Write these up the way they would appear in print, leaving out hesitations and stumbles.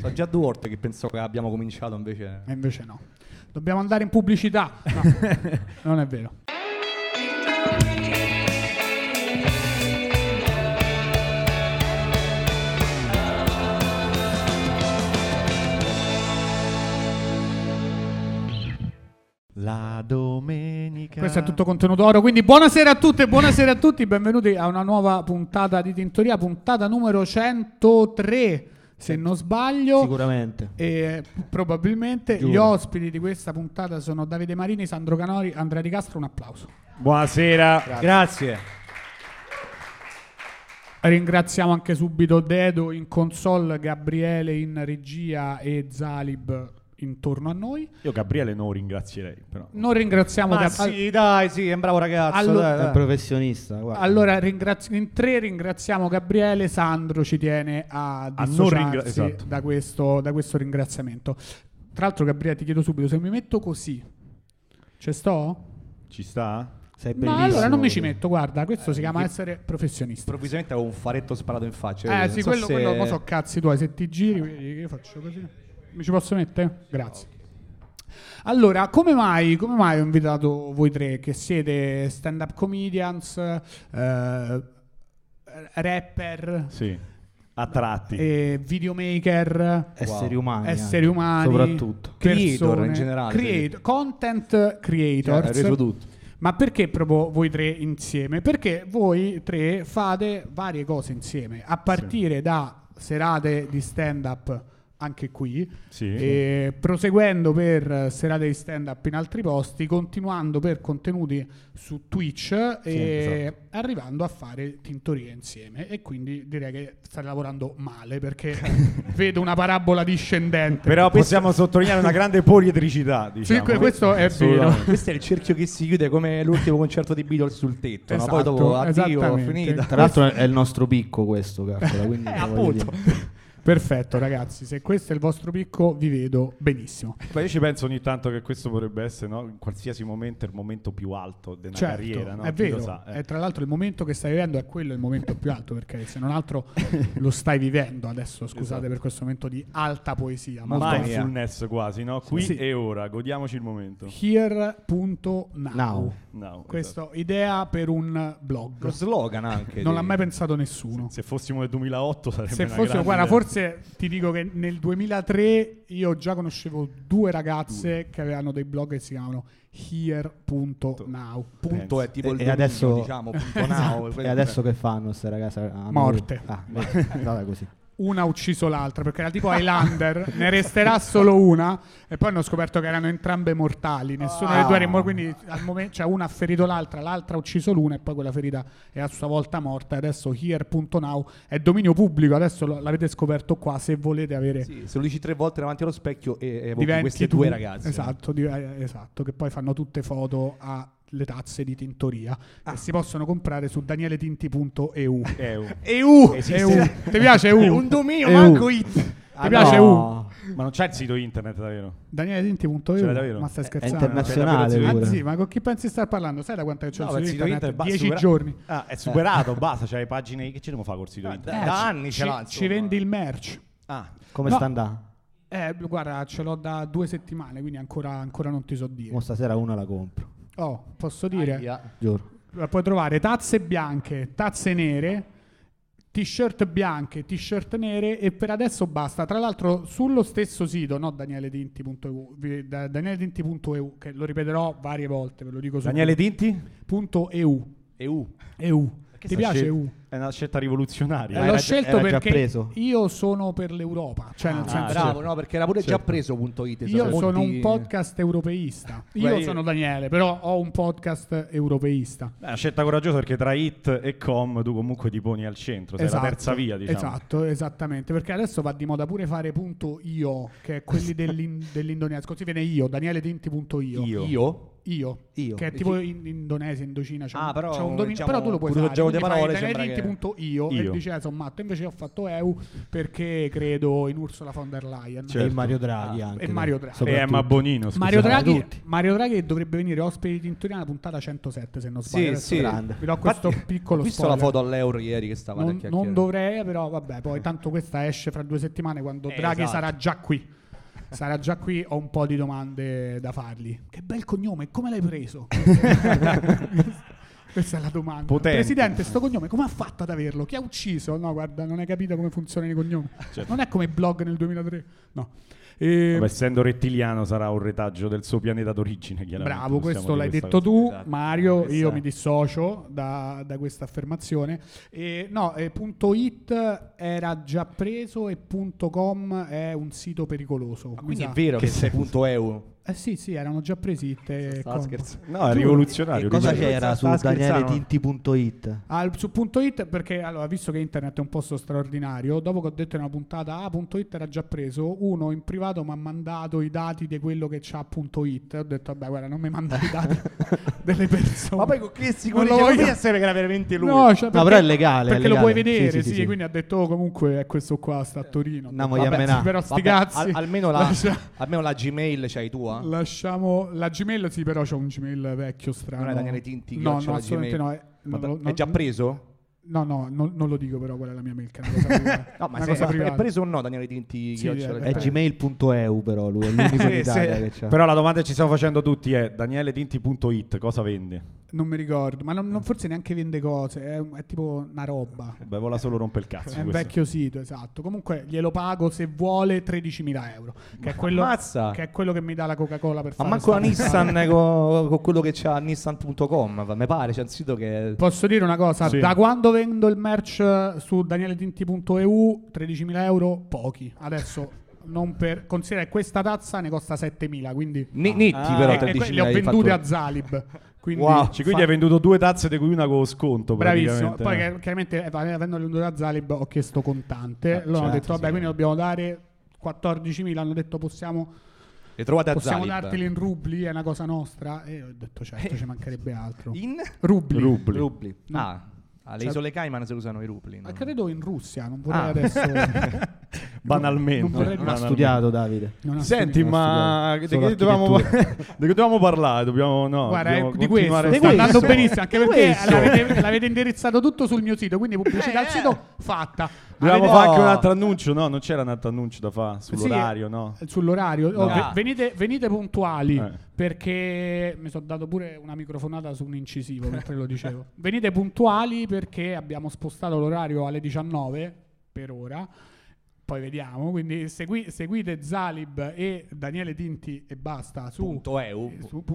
So già 2 volte che penso che abbiamo cominciato, invece... E invece no. Dobbiamo andare in pubblicità. No, non è vero. La domenica. Questo è tutto contenuto oro, quindi buonasera a tutte e buonasera a tutti, benvenuti a una nuova puntata di Tintoria, puntata numero 103 se non sbaglio. Sicuramente. E probabilmente Giuro. gli ospiti di questa puntata sono Davide Marini, Sandro Canori, Andrea Di Castro, un applauso. Buonasera. Grazie. Ringraziamo anche subito Dedo in console, Gabriele in regia e Zalib intorno a noi. Io Gabriele non ringrazierei, però. Non ringraziamo Ma sì, dai, sì, è un bravo ragazzo. Allora- dai. È professionista, guarda. Allora in tre ringraziamo Gabriele, Sandro ci tiene a non dissociarsi esatto. da questo ringraziamento. Tra l'altro Gabriele ti chiedo subito, se mi metto così, ci sto? Ci sta? Sei No, bellissimo. allora non mi ci metto, guarda, questo si chiama essere professionista. Improvvisamente avevo un faretto sparato in faccia. Sì, non so quello se- mo so cazzi tuoi, se ti giri, vedi che io faccio così. Mi ci posso mettere? Grazie. Allora, come mai ho invitato voi tre che siete stand-up comedians, rapper, Sì. A tratti. videomaker, Esseri umani. esseri anche, umani, soprattutto. Creator persone, in generale, content creators. reso tutto. Ma perché proprio voi tre insieme? Perché voi tre fate varie cose insieme, a partire da serate di stand-up anche qui, Sì. e proseguendo per serate di stand-up in altri posti, continuando per contenuti su Twitch e esatto. arrivando a fare tintorie insieme. E quindi direi che state lavorando male, perché vedo una parabola discendente. Però possiamo sottolineare una grande poliedricità, diciamo. Sì, questo è Assolutamente. vero. Questo è il cerchio che si chiude come l'ultimo concerto di Beatles sul tetto. No? Poi Esatto, dopo addio, esattamente. finita. Tra l'altro è il nostro picco questo, calcola, quindi voglio appunto. dire. Perfetto ragazzi, se questo è il vostro picco vi vedo benissimo. Ma io ci penso ogni tanto che questo potrebbe essere, no, in qualsiasi momento il momento più alto della Certo, carriera, no? è Chi lo vero, sa, e tra l'altro il momento che stai vivendo è quello il momento più alto, perché se non altro lo stai vivendo adesso, scusate Esatto. per questo momento di alta poesia, molto Mamma alta. mia. Mindfulness quasi, no? Qui Sì. e ora, godiamoci il momento. Here.now. Now. No, Questo idea per un blog. Lo slogan anche. Non l'ha mai pensato nessuno. esatto. Se fossimo nel 2008 sarebbe Se una fosse, grande guarda, idea. forse ti dico che nel 2003 io già conoscevo 2 ragazze che avevano dei blog che si chiamavano here.now. Punto è tipo il E dominio, adesso- diciamo, punto now. E adesso che fanno queste ragazze? Ah, Morte. Ah, vabbè, così. Una ha ucciso l'altra, perché era tipo Highlander, ne resterà solo una, e poi hanno scoperto che erano entrambe mortali, nessuna delle due era immortale, quindi al momento, cioè una ha ferito l'altra ha ucciso l'una e poi quella ferita è a sua volta morta, e adesso here.now è dominio pubblico, adesso l'avete scoperto qua, se volete avere Sì, se lo dici 3 volte davanti allo specchio evochi diventi queste tu. 2 ragazze. Esatto, esatto, che poi fanno tutte foto alle tazze di tintoria Ah. e si possono comprare su danieletinti.eu. EU! EU. Ti piace EU? Un dominio, EU. manco it. Ti piace no. Ma non c'è il sito internet davvero? Danieletinti.eu? Ce l'hai davvero? Ma stai È scherzando? internazionale C'è pure. Anzi, ma con chi pensi di star parlando? Sai da quanto che c'è No, il il sito sito internet? internet 10 giorni. Ah, è superato, basta, c'hai le pagine. Che ci dobbiamo fare col sito internet? Da anni ce l'ha, Ci insomma. vendi il merch. Ah, Come No. sta andando? Guarda, ce l'ho da 2 settimane, quindi ancora non ti so dire. Mo stasera una la compro. Oh, posso dire? aia. Giuro. Puoi trovare tazze bianche, tazze nere, t-shirt bianche, t-shirt nere, e per adesso basta. Tra l'altro sullo stesso sito, no, danieletinti.eu, danieletinti.eu, che lo ripeterò varie volte, ve lo dico subito. Daniele Tinti? .eu. EU. Ti piace EU? È una scelta rivoluzionaria. L'ho scelto era già perché preso? io sono per l'Europa, cioè nel senso, bravo, no, perché era pure già Certo. preso punto it. io sono molti- un podcast europeista. Io Beh, sono Daniele, però ho un podcast europeista. È una scelta coraggiosa perché tra it e com tu comunque ti poni al centro, sei la terza via, diciamo. Esatto, esattamente, perché adesso va di moda pure fare .io, che è quelli dell'indonesio, così viene io, danieletinti.io. Io? io. Che è tipo in Indonesia, Indocina, però, c'è un dominio, diciamo, però tu lo puoi pure fare. gioco di Quindi parole fai sembra Daniele.io e dici sono matto. Invece ho fatto EU perché credo in Ursula von der Leyen. E in Mario Draghi anche. E Mario Draghi. E Emma Bonino, scusa. Mario Draghi dovrebbe venire ospite di Tintoriana puntata 107 se non sbaglio. Sì. Vi do questo piccolo Ho visto spoiler. la foto all'Euro ieri che stava Non dovrei, però vabbè, poi tanto questa esce fra 2 settimane quando Draghi esatto. sarà già qui. Sarà già qui, ho un po' di domande da fargli. Che bel cognome, come l'hai preso? Questa è la domanda. Potente. Presidente, sto cognome come ha fatto ad averlo? Chi ha ucciso? No, guarda, non hai capito come funzionano i cognomi. Certo. Non è come i blog nel 2003. No. Vabbè, essendo rettiliano sarà un retaggio del suo pianeta d'origine, chiaramente. Bravo, questo l'hai detto cosa. tu, Esatto. Mario. Questa Io è. mi dissocio da questa affermazione. Punto .it era già preso e .com è un sito pericoloso. Ma quindi Mi è sa. vero che sei punto EU? Sì, erano già presi IT e Stava com. scherzando. No, è rivoluzionario. E cosa ripeto. c'era su Stava scherzando. danieletinti.it? Su punto .it perché allora visto che internet è un posto straordinario, dopo che ho detto in una puntata punto .it era già preso, uno in privato mi ha mandato i dati di quello che c'ha punto .it, ho detto vabbè guarda non mi manda i dati delle persone. Ma poi con che Non sicurezza lo voglio- che era veramente lui? No, cioè, No, però è legale. perché è lo legale. puoi vedere, Sì, sì, quindi ha detto comunque è questo qua, sta a Torino. Andiamo Vabbè, a menà. sì, però sti Vabbè, cazzi. almeno la Gmail c'hai tua? Lasciamo la Gmail, sì, però c'ho un Gmail vecchio strano. Non è Daniele Tinti, No, chiocciola assolutamente Gmail. no. È già preso? No, non lo dico però qual è la mia mail, che è una cosa privata. No, ma Una se cosa è privata. preso o no Daniele Tinti? Sì, chiocciola è È gmail.eu però lui, è l'unico in Italia che c'ha. Però la domanda che ci stiamo facendo tutti è danieletinti.it cosa vende? Non mi ricordo, ma forse neanche vende cose, è tipo una roba. Beh, vola solo rompe il cazzo. È un questo. vecchio sito, esatto. Comunque glielo pago se vuole 13.000 euro, che è quello Ammazza! che è quello che mi dà la Coca-Cola per Ma fare manco la sta puntata. Nissan con quello che c'ha Nissan.com, mi pare, c'è un sito che... Posso dire una cosa? Sì. Da quando vendo il merch su danieletinti.eu 13.000 euro, pochi. Adesso non per considera che questa tazza ne costa 7.000, quindi Nitti però e 13.000 le ho di vendute fattura. a Zalib. Quindi, Wow, Quindi hai venduto 2 tazze di cui una con lo sconto. bravissimo. praticamente, Poi no? chiaramente avendole vendute a Zalib ho chiesto contante. Loro hanno certo, detto vabbè, sì. quindi dobbiamo dare 14.000. Hanno detto possiamo Le trovate a possiamo Zalib. darteli in rubli, è una cosa nostra. E ho detto certo, ci mancherebbe altro. In Rubli. Rubli. No. Alle Cioè- isole Cayman si usano i rubli. Ma no? credo in Russia, non vorrei Ah. adesso. Banalmente. Non vorrei- Non ha studiato Davide. non ha Senti, studiato. ma di Solo che dovevamo, architettura. di che dovevamo parlare? Dobbiamo, no, Guarda, dobbiamo di questo continuare sta a- andando benissimo, anche perché questo. l'avete indirizzato tutto sul mio sito, quindi pubblicità al sito fatta. Dovevamo Avete- fare anche un altro annuncio, no? Non c'era un altro annuncio da fare sull'orario, Sì, no? Sull'orario. No. Venite puntuali, Eh. perché mi sono dato pure una microfonata su un incisivo mentre lo dicevo. Venite puntuali perché abbiamo spostato l'orario alle 19 per ora. Poi vediamo, quindi seguite Zalib e Daniele Tinti e basta su Punto EU.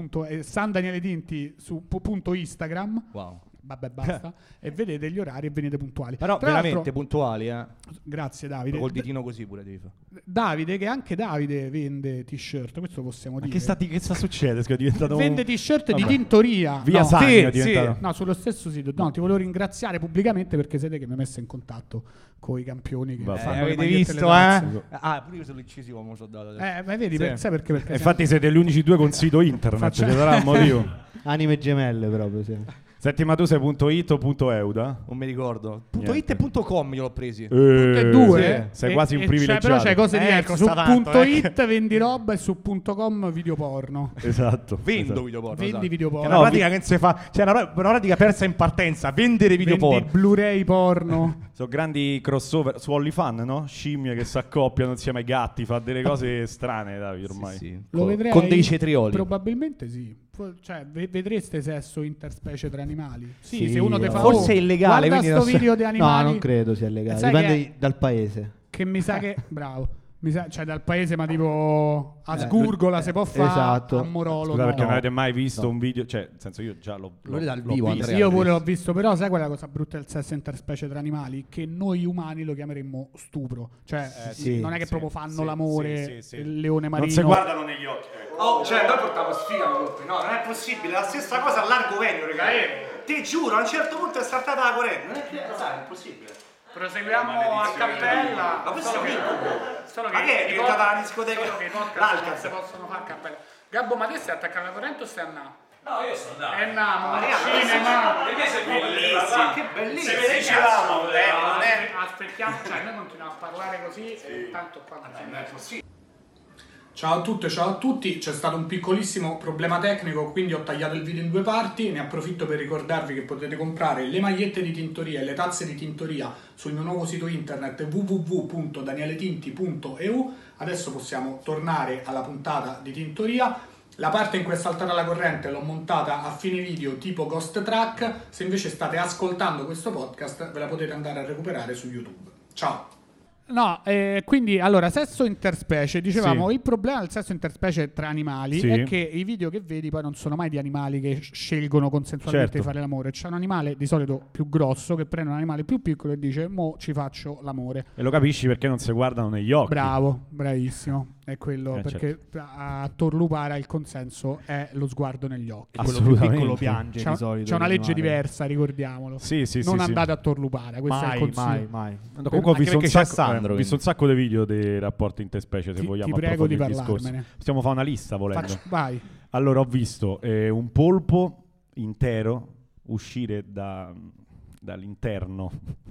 San Daniele Tinti su punto Instagram. Wow. Vabbè, basta. E vedete gli orari e venite puntuali. Però Tra veramente l'altro- puntuali, grazie Davide. Col ditino così pure devi fare. Davide, che anche Davide vende t-shirt, questo possiamo Ma dire. che sta succedendo? È diventato Vende t-shirt di Vabbè. tintoria. Via No, Sagno sì, è diventato. no, sullo stesso sito. No, ti volevo ringraziare pubblicamente perché siete che mi hai messo in contatto con i campioni che Vabbè. fanno le Avete magliette e le visto, tazze. Ah, pure io sull'incisivo mi sono dato. Ma vedi, Sì. sai perché? Perché Infatti siete gli unici due con sito internet, Faccia- ci sarà un motivo. Anime gemelle proprio, sì. Senti, ma tu sei .it o .euda? Non mi ricordo. Niente. .it e .com io l'ho presi. tutte e due. Sei quasi un privilegiato. Però c'è cose diverse. Su costa tanto, punto .it vendi roba e su .com video porno. Esatto. Vendo esatto. video porno. Vendi esatto. video Che è porno. una pratica che non si fa. Cioè, una pratica persa in partenza. Vendere video Vendi porno. Blu-ray porno. Sono grandi crossover su OnlyFans, no? Scimmie che si accoppiano insieme ai gatti, fa delle cose strane, Davide, ormai. Sì, sì. Lo vedrei Con dei cetrioli. Probabilmente sì. Cioè, vedreste sesso interspecie tra animali? Sì, Sì, se uno te fa forse è illegale, guarda quindi sto non so- video di No, animali non credo sia legale. Sai Dipende che- dal paese. che mi sa che bravo. Cioè dal paese, ma tipo a Sgurgola si può fare, esatto. a Morolo Scusa, no. perché non avete mai visto un video, cioè, nel senso io già l'ho Lo vedi dal l'ho vivo, visto. Andrea. Io pure l'ho visto, però sai quella cosa brutta del sesso interspecie tra animali? Che noi umani lo chiameremmo stupro. Cioè, sì, non è che sì, proprio fanno sì, l'amore, sì, sì. il leone marino. Non si guardano negli occhi. Oh, cioè, noi portiamo sfiga tutti, no? Non è possibile, la stessa cosa a largo venio, raga. Ti giuro, a un certo punto è saltata la corrente. Non è che, sai, è impossibile. Proseguiamo a cappella. Ma questo è Solo Ma che è diventata la discoteca? Solo che i podcast non si L'Alcatraz. possono fare a cappella. Gabbo, ma te stai attaccando alla corrente o stai a na? No, io sono andato. Andiamo al cinema. Che bellissimo. Se dicevamo, non è... Aspettiamo, cioè noi continuiamo a parlare così e intanto qua non è possibile. Ciao a tutte, ciao a tutti, c'è stato un piccolissimo problema tecnico, quindi ho tagliato il video in 2 parti. Ne approfitto per ricordarvi che potete comprare le magliette di tintoria e le tazze di tintoria sul mio nuovo sito internet www.danieletinti.eu. Adesso possiamo tornare alla puntata di tintoria. La parte in cui è saltata la corrente l'ho montata a fine video tipo Ghost Track. Se invece state ascoltando questo podcast ve la potete andare a recuperare su YouTube. Ciao! No, quindi allora sesso interspecie, dicevamo, il problema del sesso interspecie tra animali è che i video che vedi poi non sono mai di animali che scelgono consensualmente di fare l'amore. C'è un animale di solito più grosso che prende un animale più piccolo e dice mo ci faccio l'amore. E lo capisci perché non si guardano negli occhi. Bravo, bravissimo. È quello perché a Torlupara il consenso è lo sguardo negli occhi. Quello più piccolo piange di solito. C'è una legge diversa, ricordiamolo. Non andate a Torlupara, questo è il consiglio. Mai. Comunque ho visto un sacco di video dei rapporti interspecie, se vogliamo. Ti prego di parlarmene. parlarmene. Possiamo fare una lista volendo. Vai. Allora ho visto un polpo intero uscire dall'interno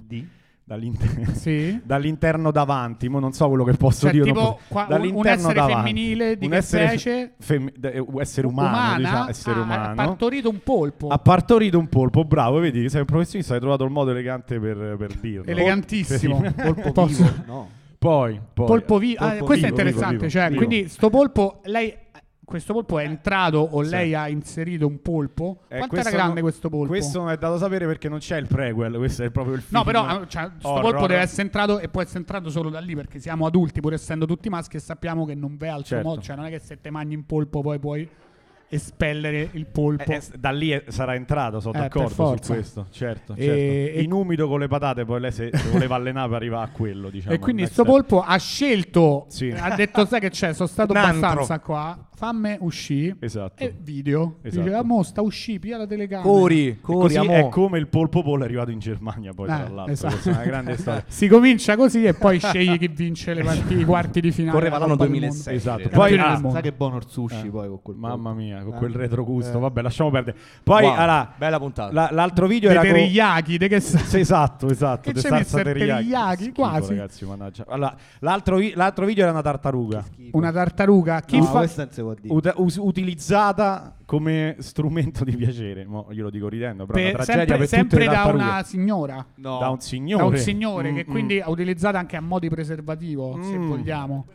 dall'interno davanti, ma non so quello che posso dire. Tipo un essere davanti. Femminile di che specie? Essere umano, diciamo, essere umano. Ha partorito un polpo. Ha partorito un polpo, bravo, vedi, sei un professionista, hai trovato il modo elegante per dirlo. Elegantissimo. Polpo vivo, no. Poi polpo vivo. Questo è interessante, vivo. Quindi sto polpo, questo polpo è entrato o lei ha inserito un polpo? Quanto era grande questo polpo? Questo non è dato sapere perché non c'è il prequel, questo è proprio il film. No, però questo polpo deve essere entrato e può essere entrato solo da lì perché siamo adulti, pur essendo tutti maschi, e sappiamo che non v'è altro modo, cioè non è che se te mangi in polpo poi puoi espellere il polpo. Da lì sarà entrato, sono d'accordo su questo, certo. In umido con le patate, poi lei se voleva allenare per arrivare a quello, diciamo. E quindi sto polpo ha scelto, ha detto sai che c'è, sono stato abbastanza qua, fammi uscire. Esatto. E video. Diceva, mo sta uscì, pia la telecamera. Corri, così è come il polpo polo è arrivato in Germania poi tra l'altro. Esatto. Questa è una grande storia. Si comincia così e poi scegli chi vince i quarti di finale. Correva l'anno 2006. Esatto. Poi sai che buono il sushi poi con quel mamma mia, con quel retrogusto. Vabbè, lasciamo perdere. Poi bella puntata. l'altro video era teriyaki, esatto. Che c'è Mr. Teriyaki quasi. Ragazzi, mannaggia. Allora, l'altro video era una tartaruga. Una tartaruga. Chi fa questa non si può dire. Utilizzata come strumento di piacere. Mo glielo dico ridendo, però è una tragedia per sempre tutte le da tartarughe. una signora. No. Da un signore. Che quindi ha utilizzato anche a mo' di preservativo, se vogliamo.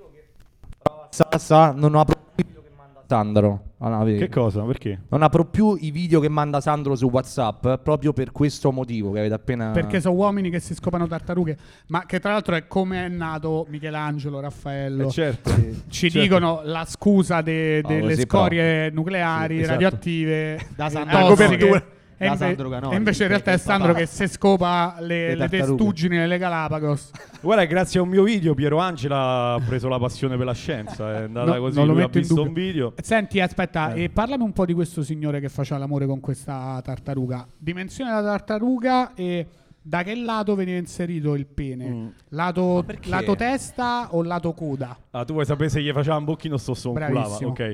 Non apro più i video che manda Sandro. Che cosa? Perché? Non apro più i video che manda Sandro su WhatsApp proprio per questo motivo che avete appena. Perché sono uomini che si scopano tartarughe, ma che tra l'altro è come è nato Michelangelo, Raffaello. Certo. Ci dicono la scusa delle scorie nucleari radioattive da tossiche. E Canori, invece in realtà è Sandro che se scopa le testuggini nelle Galapagos. Guarda, grazie a un mio video Piero Angela ha preso la passione per la scienza. È andata così, non lo lui ha metto in visto dubbio. un video. Senti, aspetta, parlami un po' di questo signore che faceva l'amore con questa tartaruga. Dimensione della tartaruga e da che lato veniva inserito il pene? Lato testa o lato coda? Tu vuoi sapere se gli faceva un bocchino o culava? Ok.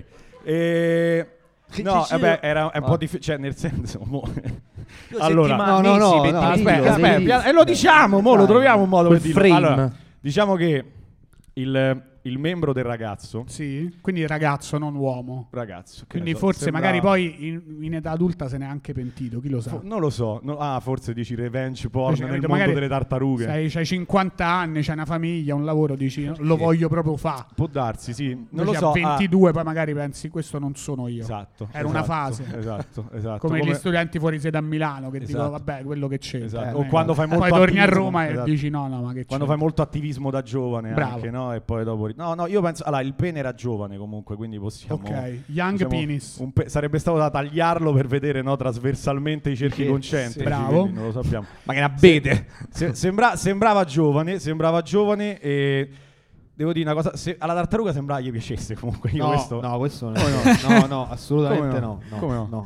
No, era un po' difficile, cioè nel senso allora aspetta, e lo diciamo, lo troviamo un modo per dirlo. Allora, diciamo che il membro del ragazzo. Sì, quindi ragazzo, non uomo. Ragazzo. Quindi forse magari poi in età adulta se n'è anche pentito, chi lo sa. Non lo so. Forse dici revenge porn nel mondo delle tartarughe. C'hai 50 anni, c'hai una famiglia, un lavoro, dici lo voglio proprio fare. Può darsi, sì. Non lo so. A 22 poi magari pensi questo non sono io. Esatto. Era una fase. Esatto. Come gli studenti fuori sede a Milano che dicono vabbè, quello che c'è. Esatto. O quando fai molto poi torni a Roma e dici no, ma che c'è. Quando fai molto attivismo da giovane anche, no? E poi dopo no, io penso il pene era giovane comunque, quindi possiamo. Ok, young penis. Sarebbe stato da tagliarlo per vedere trasversalmente i cerchi concentrici. Bravo. Non lo sappiamo. Ma che abete. Sembrava giovane e devo dire una cosa, alla tartaruga sembrava gli piacesse comunque. No, questo no, assolutamente no.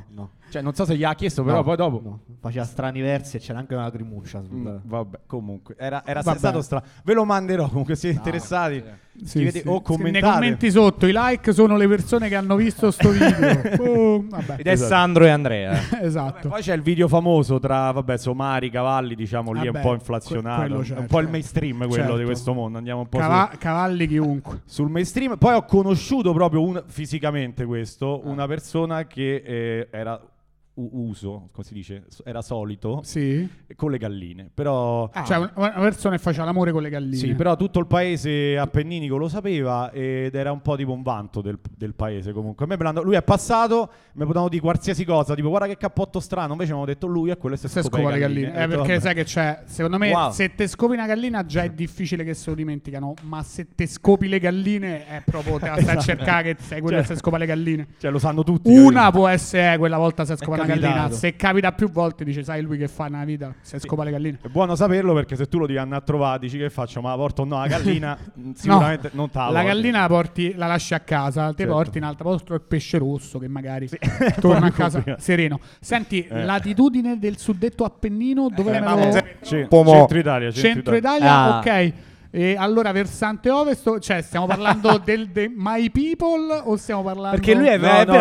Cioè, non so se gli ha chiesto, però poi dopo... No. Faceva strani versi e c'era anche una lacrimuccia. Vabbè, comunque, era stato strano. Ve lo manderò, comunque siete interessati. Scrivete o commentate. Nei commenti sotto, i like sono le persone che hanno visto sto video. Ed è Sandro e Andrea. Esatto. Vabbè, poi c'è il video famoso tra, somari, cavalli, diciamo, lì è un po' inflazionato. È un po' il mainstream quello di questo mondo. Andiamo un po' cavalli chiunque. Sul mainstream. Poi ho conosciuto proprio fisicamente una persona che era... come si dice, era solito con le galline, però cioè una persona che faceva l'amore con le galline. Sì, però tutto il paese appenninico lo sapeva ed era un po' tipo un vanto del paese. Comunque lui è passato, mi potevano dire qualsiasi cosa, tipo guarda che cappotto strano, invece mi hanno detto lui è quello che si scopa le galline. Perché vabbè. Sai che c'è, secondo me se te scopi una gallina già è difficile che se lo dimenticano, ma se te scopi le galline è proprio te la stai a cercare che sei quello che si scopa le galline. Cioè lo sanno tutti. Una può essere quella volta si scopa una gallina, se capita più volte dice sai lui che fa nella vita, si scopa le galline. È buono saperlo perché se tu lo devi andare a trovare dici che faccio, ma la porto la gallina sicuramente non te la gallina la lasci a casa, te porti in altro posto il pesce rosso che magari torna a casa sereno. Senti, latitudine del suddetto Appennino dove Centro Italia, ok. E allora versante ovest, cioè stiamo parlando del My People o stiamo parlando... Perché lui è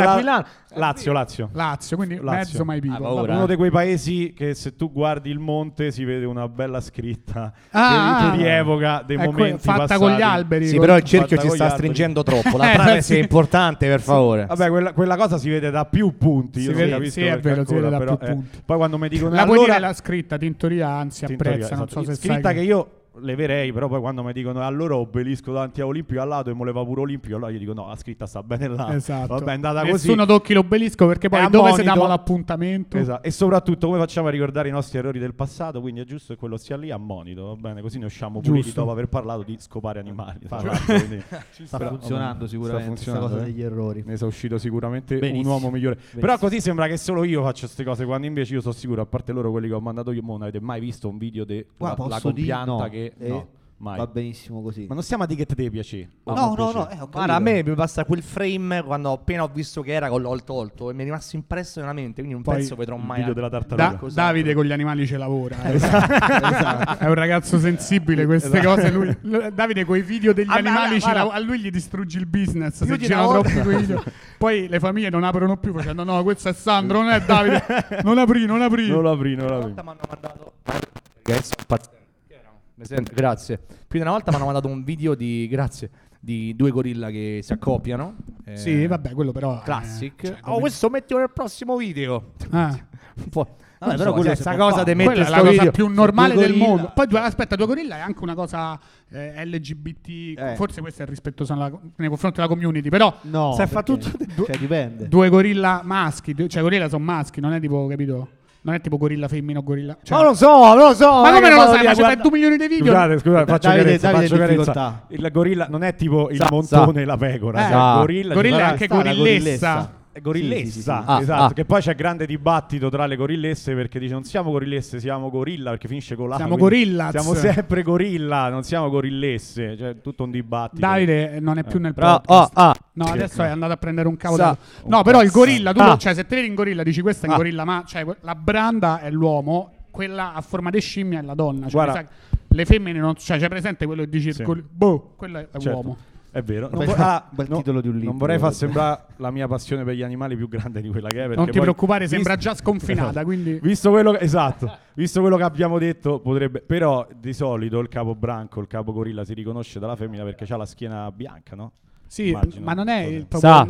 Lazio, quindi mezzo My People. Uno di quei paesi che se tu guardi il monte si vede una bella scritta che rievoca dei momenti fatta passati. Con gli alberi. Sì, però il cerchio ci sta stringendo troppo. La privacy è importante, per favore. Vabbè, quella cosa si vede da più punti. Sì, è vero, si vede da più punti. Poi quando mi dicono... La puoi dire la scritta, Tintoria, anzi apprezza, non so se scritta che io leverei, però poi quando mi dicono allora obelisco davanti a Olimpico al lato e voleva pure Olimpico, allora io dico no, la scritta sta bene là. Esatto. Vabbè, è andata così. Nessuno tocchi l'obelisco perché poi dove si diamo l'appuntamento. Esatto. E soprattutto come facciamo a ricordare i nostri errori del passato, quindi è giusto che quello sia lì a monito, va bene? Così ne usciamo puliti dopo aver parlato di scopare animali. Sta funzionando sicuramente questa cosa degli errori. Ne sono uscito sicuramente un uomo migliore. Però così sembra che solo io faccio queste cose, quando invece io sono sicuro, a parte loro quelli che ho mandato io, non avete mai visto un video della compianta che... No. Mai. Va benissimo così. Ma non stiamo a dire che te piace. No. Guarda, a me mi basta quel frame quando appena ho visto che era con l'oltolto e mi è rimasto impresso nella mente. Quindi non penso vedrò mai. Il video della tartaruga. Davide con gli animali ce lavora. Esatto. È un ragazzo sensibile, queste cose. Davide con i video degli animali a lui gli distruggi il business. Se girano troppi video. Poi le famiglie non aprono più facendo no, questo è Sandro, non è Davide. Non apri. Non l'apri. Una volta mi hanno mandato. Grazie. Più di una volta mi hanno mandato un video di due gorilla che si accoppiano. Sì, vabbè, quello però classic. Questo mettilo nel prossimo video. Un po'. Però questa cosa di mettere è la cosa più normale del mondo. Poi aspetta, due gorilla è anche una cosa LGBT. Forse questo è il rispettoso nei confronti della community. Però no, se fa tutto dipende. Due gorilla maschi, cioè gorilla sono maschi, non è tipo, capito? Non è tipo gorilla femmina o gorilla. Cioè, non lo so. Ma come non lo sai? Ma c'è 2 milioni di video. Scusate, faccio chiarezza. Il gorilla non è tipo il montone e la pecora. Gorilla è anche gorillessa. Gorillessa, esatto. Che poi c'è grande dibattito tra le gorillesse perché dice non siamo gorillesse, siamo gorilla perché finisce con la. Siamo gorilla. Siamo sempre gorilla, non siamo gorillesse. Cioè tutto un dibattito. Davide non è più nel podcast. No, adesso è andato a prendere un cavolo. No, però il gorilla, tu cioè se te vedi in gorilla dici questa è in gorilla, ma cioè la branda è l'uomo, quella a forma di scimmia è la donna. Cioè, le femmine non, cioè c'è presente quello che dici quello è l'uomo. È vero. Bel titolo di un libro. Non vorrei far sembrare la mia passione per gli animali più grande di quella che è. Non ti preoccupare, sembra già sconfinata. Quindi... Visto quello che abbiamo detto, potrebbe. Però di solito il capo branco, il capo gorilla si riconosce dalla femmina perché ha la schiena bianca, no? Sì, immagino. Ma non è il proprio.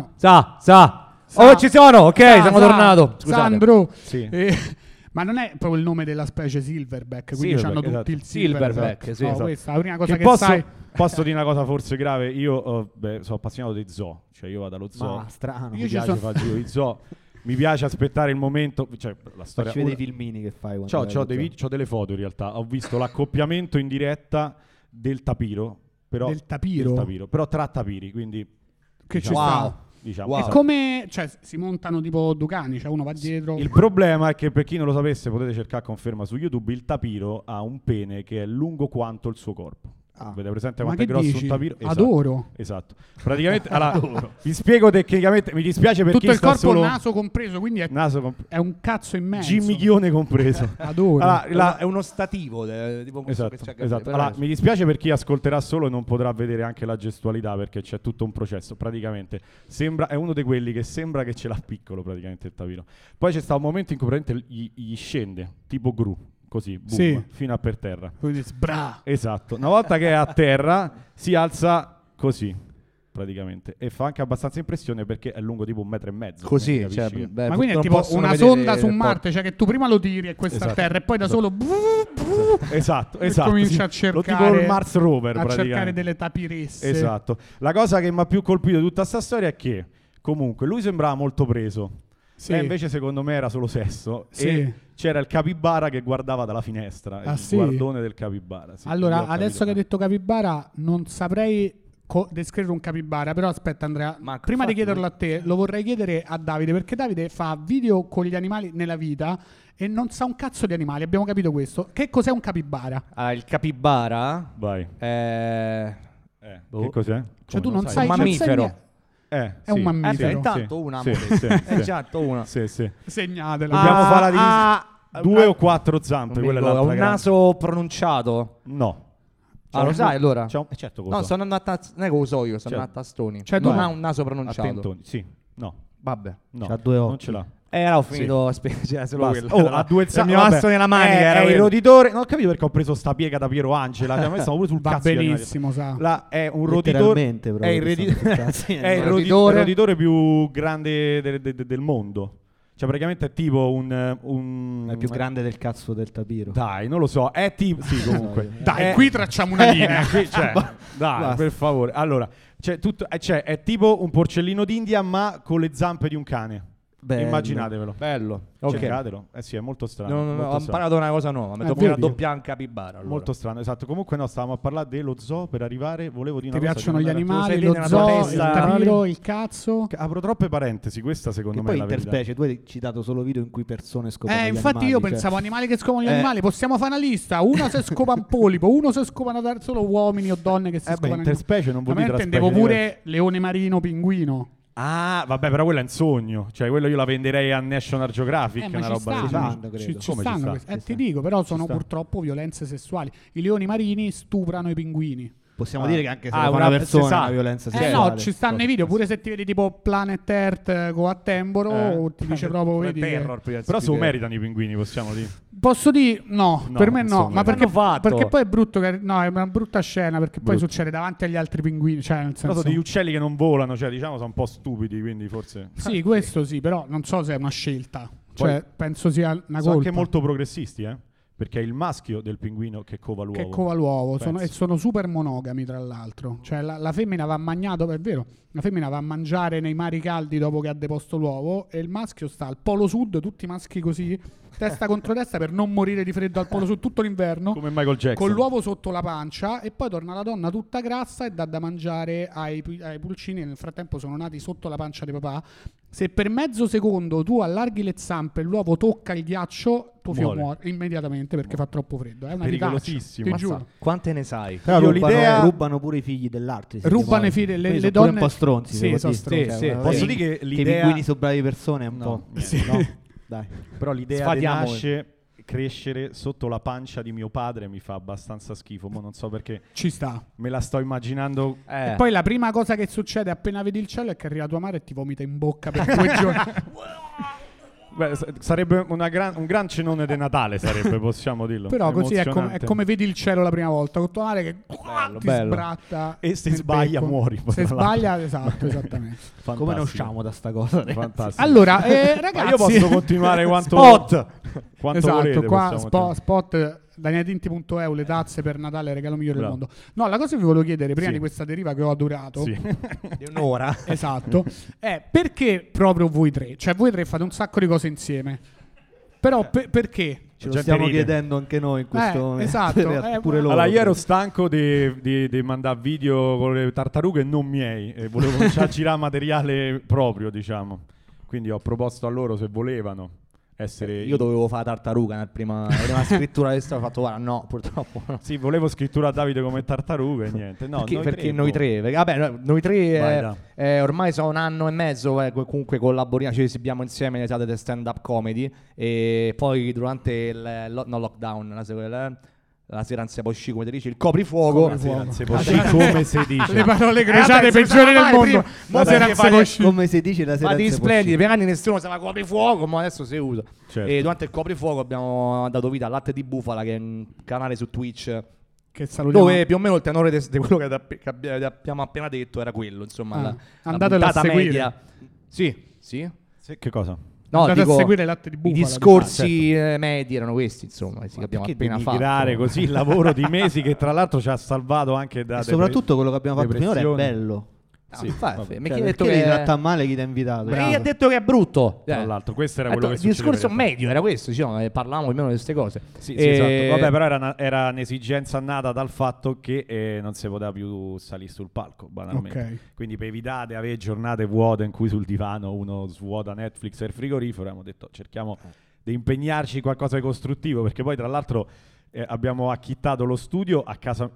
Ci sono, ok, siamo tornato. Sandro. Sì. Ma non è proprio il nome della specie Silverback, quindi hanno tutti il Silverback. Sì, questa è la prima cosa che sai. Posso dire una cosa forse grave? Io sono appassionato di zoo, cioè io vado allo zoo. Strano. Mi piace fare giro di zoo. Mi piace aspettare il momento, cioè la storia. Ci vedi i filmini che fai quando c'ho delle foto in realtà. Ho visto l'accoppiamento in diretta del tapiro, però però tra tapiri, quindi che ci sta. Diciamo, e come si montano tipo Ducani, cioè uno va dietro. Il problema è che per chi non lo sapesse potete cercare conferma su YouTube, il tapiro ha un pene che è lungo quanto il suo corpo. Avete presente Ma quanto è che grosso dici? un tapiro? Adoro. Esatto. Praticamente, allora, vi spiego tecnicamente, mi dispiace per Tutto chi il sta corpo, solo... naso compreso, quindi è un cazzo immenso. Gimmichione compreso. Adoro. Allora, è uno stativo, tipo questo Esatto, che c'è esatto. Allora, mi dispiace per chi ascolterà solo e non potrà vedere anche la gestualità, perché c'è tutto un processo. Praticamente è uno di quelli che sembra che ce l'ha piccolo praticamente il tapiro. Poi c'è stato un momento in cui praticamente gli scende tipo Gru, così, boom, fino a per terra. Quindi Esatto. Una volta che è a terra si alza così praticamente, e fa anche abbastanza impressione perché è lungo tipo 1,5 metri. Così, cioè, ma quindi è tipo una sonda su Marte, cioè che tu prima lo tiri e questa a terra e poi da solo esatto comincia a cercare, tipo il Mars Rover, a cercare delle tapiresse. Esatto. La cosa che mi ha più colpito di tutta sta storia è che comunque lui sembrava molto preso. Lei invece secondo me era solo sesso e c'era il capibara che guardava dalla finestra, il guardone del capibara. Allora, adesso che hai detto capibara non saprei descrivere un capibara, però aspetta Andrea, prima di chiederlo a te lo vorrei chiedere a Davide, perché Davide fa video con gli animali nella vita e non sa un cazzo di animali, abbiamo capito questo. Che cos'è un capibara? Il capibara? Vai. Che cos'è? Cioè tu non sai un mammifero. È un mammifero. Intanto una. Esatto, una. Segnatela. Dobbiamo fare la 2 o 4 zampe. Ha un naso pronunciato? No. Lo sai allora? Certo, no, sono andato a... Non è che lo so io, sono andato a tastoni. Cioè, non ha un naso pronunciato. Attentoni. Sì. No. Vabbè. No. C'ha 2 occhi. Non ce l'ha. Ho finito a spiegare solo quello. Ha 2 zampe. Il mio asso nella manica è era il roditore. Non ho capito perché ho preso sta piega da Piero Angela. Cioè, a me stavo pure sul cazzo. Va benissimo, sa. È un roditore. È il roditore più grande del mondo. Cioè praticamente è tipo un... È più grande del cazzo del tapiro. Dai, non lo so. È tipo... Sì, comunque. Dai, qui tracciamo una linea. Dai, basta. Per favore. Allora, è tipo un porcellino d'India ma con le zampe di un cane. Bello. Immaginatevelo. Bello. Cercatelo. Sì, è molto strano. Ho imparato una cosa nuova. Mi tocca una doppia anche capibara. Allora. Molto strano, esatto. Comunque stavamo a parlare dello zoo per arrivare. Volevo dire Ti una cosa. piacciono gli animali, lo zoo, il tapiro, il cazzo? Apro troppe parentesi, questa secondo me è la verità. Interspecie, tu hai citato solo video in cui persone scopano gli infatti animali. Io pensavo animali che scopano gli animali. Possiamo fare una lista. Uno se scopa un polipo, uno se scopano solo uomini o donne che si scopano. Interspecie non vuol dire intendevo pure leone marino, pinguino. Ah, vabbè, però quello è un sogno. Cioè, quello io la venderei a National Geographic, una roba del genere. Ci stanno. Ti dico, però sono purtroppo violenze sessuali. I leoni marini stuprano i pinguini. Possiamo dire che anche se una persona una violenza sessuale. No, ci stanno i video, pure se ti vedi tipo Planet Earth con Attemboro, ti dice proprio vedi terror, però se lo meritano i pinguini, possiamo dire. Posso dire no, per me no, ma perché poi è brutto è una brutta scena, perché poi succede davanti agli altri pinguini, cioè nel senso sono degli uccelli che non volano, cioè diciamo sono un po' stupidi, quindi forse sì, questo sì, però non so se è una scelta. Cioè, penso sia una colpa. Sono anche molto progressisti, perché è il maschio del pinguino che cova l'uovo. Che cova l'uovo, sono super monogami tra l'altro. Cioè la femmina va mangiato, è vero, la femmina va a mangiare nei mari caldi dopo che ha deposto l'uovo e il maschio sta al polo sud, tutti i maschi così, testa contro testa per non morire di freddo al polo sud tutto l'inverno. Come Michael Jackson. Con l'uovo sotto la pancia e poi torna la donna tutta grassa e dà da mangiare ai pulcini e nel frattempo sono nati sotto la pancia di papà. Se per mezzo secondo tu allarghi le zampe e l'uovo tocca il ghiaccio, tuo figlio muore immediatamente perché fa troppo freddo. È una pericolosissimo. Ti giuro. Quante ne sai? Però rubano pure i figli dell'altro. Rubano i figli, le donne sono un po' stronzi. Sì, sono stronzi. Posso dire che l'idea... Che i pinguini sono bravi persone è un po'... No. Dai. Però l'idea di nasce... crescere sotto la pancia di mio padre mi fa abbastanza schifo, ma non so perché. Ci sta. Me la sto immaginando. E poi la prima cosa che succede appena vedi il cielo è che arriva tua madre e ti vomita in bocca per 2 giorni. Beh, sarebbe un gran cenone di Natale, sarebbe, possiamo dirlo. Però così è come vedi il cielo la prima volta, con tua madre che ti sbratta. E se sbaglia muori. Se sbaglia, esattamente. Fantastico. Come ne usciamo da sta cosa? Fantastico. Allora, ragazzi, ma io posso continuare quanto esatto, volete. Qua spot daniatinti.eu, le tazze per Natale, regalo migliore del mondo. No, la cosa che vi volevo chiedere prima di questa deriva che ho adorato di un'ora, esatto, è perché proprio voi tre? Cioè voi tre fate un sacco di cose insieme, però perché? Ce lo stiamo chiedendo anche noi in questo momento. Esatto. Pure loro. Allora, io ero stanco di mandare video con le tartarughe non miei e volevo cominciare a girare materiale proprio, diciamo. Quindi ho proposto a loro se volevano. essere... Io dovevo fare tartaruga nella prima scrittura che ho fatto, guarda, no, purtroppo no. Sì, volevo scrittura a Davide come tartaruga e niente. No, perché noi tre, vabbè, noi tre ormai sono 1 anno e mezzo, comunque collaboriamo, ci esibiamo insieme nelle serate di stand-up comedy, e poi durante il lockdown, la sera non si può uscire, come ti dici, il coprifuoco. Non si può uscire, come si dice. Le parole crociate peggiori del mondo. Ma se non si può uscire, come si dice, la sera ma di splendidi, per anni nessuno sapeva coprifuoco, ma adesso si usa. Certo. E durante il coprifuoco abbiamo dato vita al Latte di Bufala, che è un canale su Twitch, che salutiamo, dove più o meno il tenore di quello che abbiamo appena detto era quello, insomma, la puntata media. Sì. Che cosa? No, andate dico, a seguire Latte di Bufala. I discorsi medi erano questi, insomma, che abbiamo appena fatto. Migrare così il lavoro di mesi che tra l'altro ci ha salvato anche da... soprattutto quello che abbiamo fatto finora è bello. Sì, infatti, mi ha detto che tratta male chi ti ha invitato. Perché gli ha detto che è brutto. Tra l'altro, questo era quello che il discorso medio era questo, parlavamo almeno di queste cose. Sì, esatto. Vabbè, però era un'esigenza nata dal fatto che non si poteva più salire sul palco, banalmente. Okay. Quindi per evitare di avere giornate vuote in cui sul divano uno svuota Netflix e il frigorifero, abbiamo detto cerchiamo di impegnarci in qualcosa di costruttivo, perché poi tra l'altro abbiamo acchittato lo studio a casa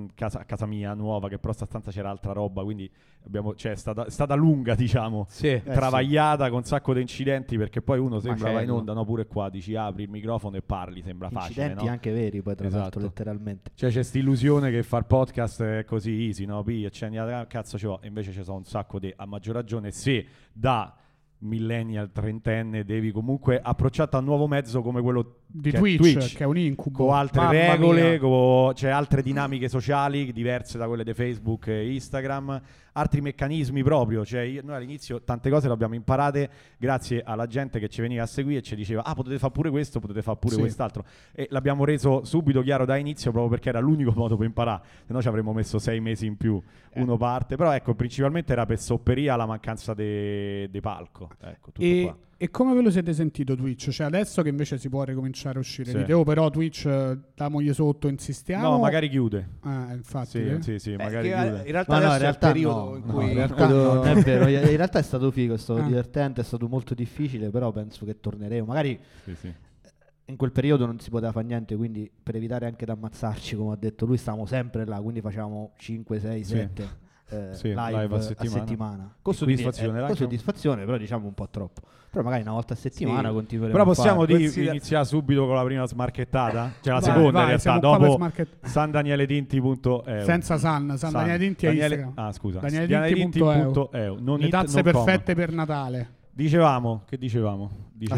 mia nuova, che però sta stanza c'era altra roba, quindi è stata lunga, diciamo, travagliata, con un sacco di incidenti, perché poi uno sembra va in onda, no, pure qua dici apri il microfono e parli, sembra facile, incidenti, no? Anche veri, poi tra l'altro, letteralmente. Cioè c'è questa illusione che far podcast è così easy, no? Accendi la cazzo ci va, invece ci sono un sacco di, a maggior ragione, se da millennial, trentenne, devi comunque approcciarti a un nuovo mezzo come quello di Twitch, che è un incubo, con altre regole, c'è altre dinamiche sociali diverse da quelle di Facebook e Instagram, altri meccanismi proprio, cioè noi all'inizio tante cose le abbiamo imparate grazie alla gente che ci veniva a seguire e ci diceva potete fare pure questo, potete fare pure quest'altro, e l'abbiamo reso subito chiaro da inizio proprio perché era l'unico modo per imparare, se no ci avremmo messo 6 mesi in più, uno parte, però ecco, principalmente era per sopperire alla mancanza di palco, ecco, tutto qua. E come ve lo siete sentito Twitch? Cioè adesso che invece si può ricominciare a uscire video, però Twitch damogli sotto, insistiamo? No, magari chiude. Infatti. Sì, magari chiude. In realtà adesso è il periodo in cui... non è vero, in realtà è stato figo, è stato divertente, è stato molto difficile, però penso che torneremo. Magari in quel periodo non si poteva fare niente, quindi per evitare anche di ammazzarci, come ha detto lui, stavamo sempre là, quindi facevamo 5, 6, 7 live a settimana. Con soddisfazione, con soddisfazione, però diciamo un po' troppo. Però magari una volta a settimana continueremo. Però possiamo iniziare subito con la prima smarchettata? Cioè la seconda in realtà, dopo sandanieletinti.eu. Senza San Daniele Tinti è Instagram. Scusa. Danieletinti.eu. Le tazze perfette per Natale. Dicevamo Giusto,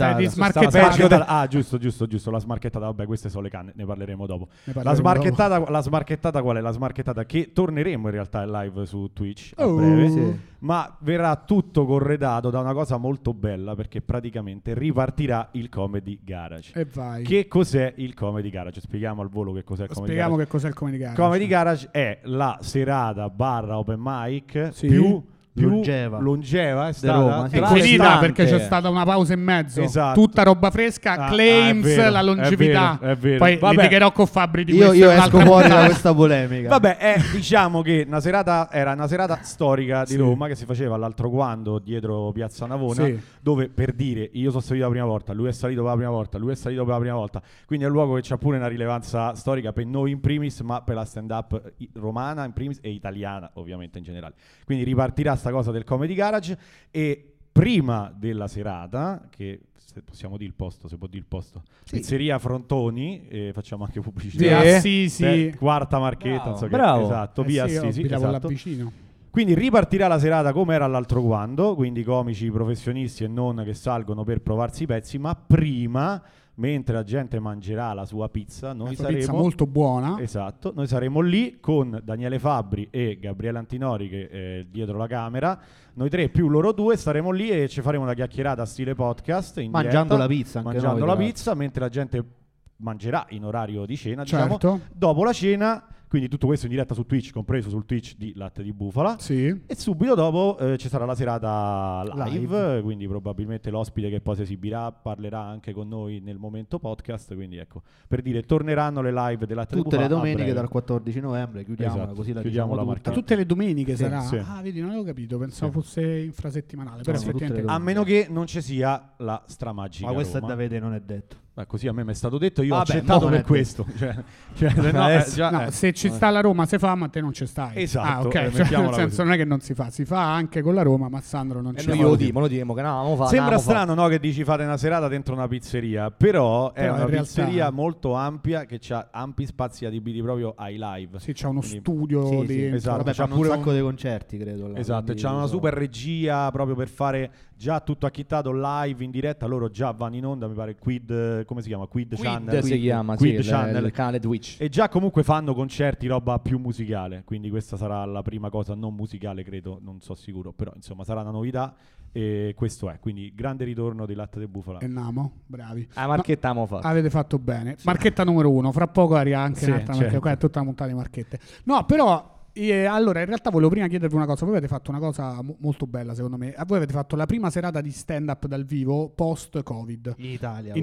la smarchettata, vabbè, queste sono le canne, ne parleremo dopo. La smarchettata qual è? La smarchettata che torneremo in realtà in live su Twitch a breve, ma verrà tutto corredato da una cosa molto bella, perché praticamente ripartirà il Comedy Garage. E vai. Che cos'è il Comedy Garage? Spieghiamo al volo che cos'è il Comedy Garage. Spieghiamo che cos'è il Comedy Garage. Comedy Garage è la serata / open mic più longeva è stata Roma, è finita perché c'è stata una pausa in mezzo, tutta roba fresca, claims vero, la longevità, è vero. Poi litigherò con Fabri di questo. Io esco fuori da questa polemica. Vabbè, diciamo che era una serata storica di Roma che si faceva all'altro quando dietro Piazza Navona, dove, per dire, io sono salito la prima volta, lui è salito per la prima volta, lui è salito per la prima volta, quindi è un luogo che c'ha pure una rilevanza storica per noi in primis, ma per la stand up romana in primis e italiana ovviamente in generale. Quindi ripartirà sta cosa del Comedy Garage, e prima della serata, che se possiamo dire il posto, se può dire il posto, Pizzeria Frontoni, facciamo anche pubblicità, quarta marchetta, non so che, esatto, via Assisi, esatto. Quindi ripartirà la serata come era l'altro quando, quindi comici professionisti e non che salgono per provarsi i pezzi, ma prima, mentre la gente mangerà la sua pizza, noi saremo pizza molto buona. Esatto, noi saremo lì con Daniele Fabbri e Gabriele Antinori che è dietro la camera. Noi tre più loro due staremo lì e ci faremo una chiacchierata stile podcast in mangiando diretta, la pizza, mangiando la pizza mentre la gente mangerà in orario di cena, diciamo. Dopo la cena quindi tutto questo in diretta su Twitch, compreso sul Twitch di Latte di Bufala. Sì. E subito dopo ci sarà la serata live, quindi probabilmente l'ospite che poi si esibirà parlerà anche con noi nel momento podcast, quindi ecco, per dire, torneranno le live del Latte di Bufala tutte le domeniche dal 14 novembre, chiudiamola, esatto, così la chiudiamo la tutta. Tutte le domeniche sarà? Sì. Ah, vedi, non avevo capito, pensavo fosse infrasettimanale, però effettivamente... A meno che non ci sia la stramagica ma questo Roma. è da vedere, non è detto. Così a me mi è stato detto, io ho accettato per questo. Se ci sta la Roma si fa, ma te non ci stai. Esatto. Nel senso non è che non si fa, si fa anche con la Roma, ma Sandro non ci fa. Io lo dimo che no, sembra strano, no, che dici fate una serata dentro una pizzeria, però è una pizzeria molto ampia che ha ampi spazi adibiti proprio ai live. Sì, c'è uno studio lì. Esatto, c'ha pure un sacco di concerti, credo. Là, esatto, c'è una super regia proprio per fare già tutto acchittato live in diretta. Loro già vanno in onda, mi pare Quid, come si chiama? Quid Channel si chiama, Quid sì, Channel. il canale Twitch. E già comunque fanno concerti, roba più musicale, quindi questa sarà la prima cosa non musicale, credo, non so sicuro, però insomma sarà una novità. E questo è, quindi grande ritorno di Latte de Bufala. E Namo, bravi. Marchetta amo fatto. Avete fatto bene. Sì. Marchetta numero 1, fra poco arriva anche un'altra, perché qua è tutta una montata di marchette. No, però allora in realtà volevo prima chiedervi una cosa. Voi avete fatto una cosa molto bella secondo me. Voi avete fatto la prima serata di stand up dal vivo post Covid in Italia,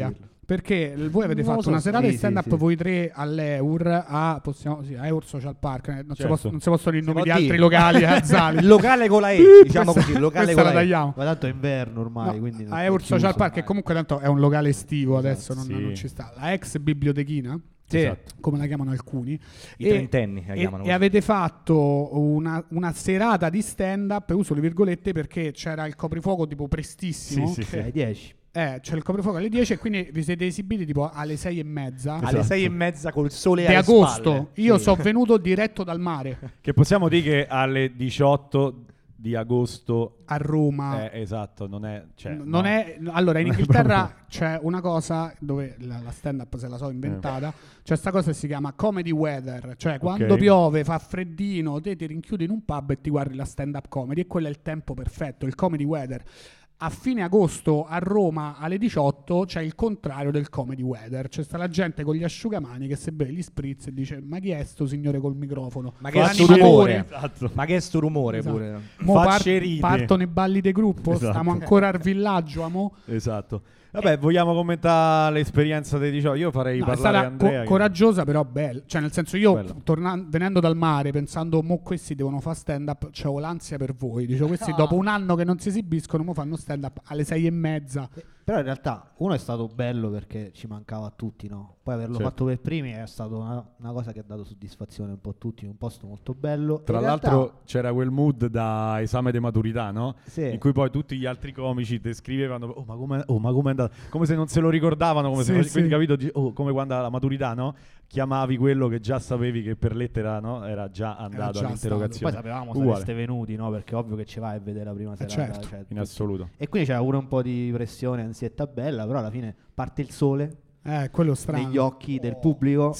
perché voi avete fatto una serata di stand up voi tre all'Eur a Eur Social Park, non si possono dire i nomi di altri locali il locale con la E, diciamo così, il locale con la E. Ma tanto è inverno ormai, quindi a Eur Social Park, che comunque tanto è un locale estivo, adesso non ci sta. La ex bibliotechina, esatto, come la chiamano alcuni, i trentenni la chiamano e avete fatto una serata di stand up, uso le virgolette perché c'era il coprifuoco tipo prestissimo, alle 10. C'è il coprifuoco alle 10 e quindi vi siete esibiti tipo alle 6:30. Esatto. Alle 6:30 col sole di alle agosto. Spalle. Io sono venuto diretto dal mare. Che possiamo dire che alle 18 di agosto a Roma. Esatto, non è... Allora, in Inghilterra c'è una cosa dove la stand-up se la so inventata. C'è sta cosa che si chiama comedy weather. Cioè, quando piove, fa freddino, te ti rinchiudi in un pub e ti guardi la stand-up comedy. E quello è il tempo perfetto, il comedy weather. A fine agosto a Roma alle 18 c'è il contrario del comedy weather. C'è sta la gente con gli asciugamani che se beve gli spritz e dice: ma chi è sto signore col microfono? Ma che è sto rumore? Esatto. Ma che è sto rumore pure? Partono i balli di gruppo. Esatto. Stiamo ancora al villaggio, amo. Esatto. Vabbè, vogliamo commentare l'esperienza dei 18? Io farei parlare Andrea. Coraggiosa, però bella. Cioè, nel senso, io venendo dal mare, pensando, mo questi devono fare stand up, c'avevo l'ansia per voi. Dicevo, questi dopo un anno che non si esibiscono, mo fanno stand up alle 6:30. Però in realtà uno è stato bello perché ci mancava a tutti, no? Poi averlo fatto per primi è stata una cosa che ha dato soddisfazione un po' a tutti, un posto molto bello. Tra l'altro c'era quel mood da esame di maturità, no? Sì. In cui poi tutti gli altri comici descrivevano ma come è andato? Come se non se lo ricordavano, come quindi capito, come quando alla maturità, no? Chiamavi quello che già sapevi che per lettera, no? Era già andato all'interrogazione. Poi sapevamo sareste venuti, no? Perché ovvio che ci vai a vedere la prima serata. Cioè, in assoluto. E quindi c'era pure un po' di pressione, ansietta bella, però alla fine parte il sole. Quello strano. Negli occhi del pubblico.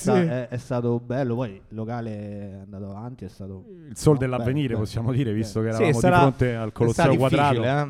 È stato bello. Poi il locale è andato avanti, è stato il sol dell'avvenire, possiamo dire, visto che eravamo di fronte al Colosseo Quadrato.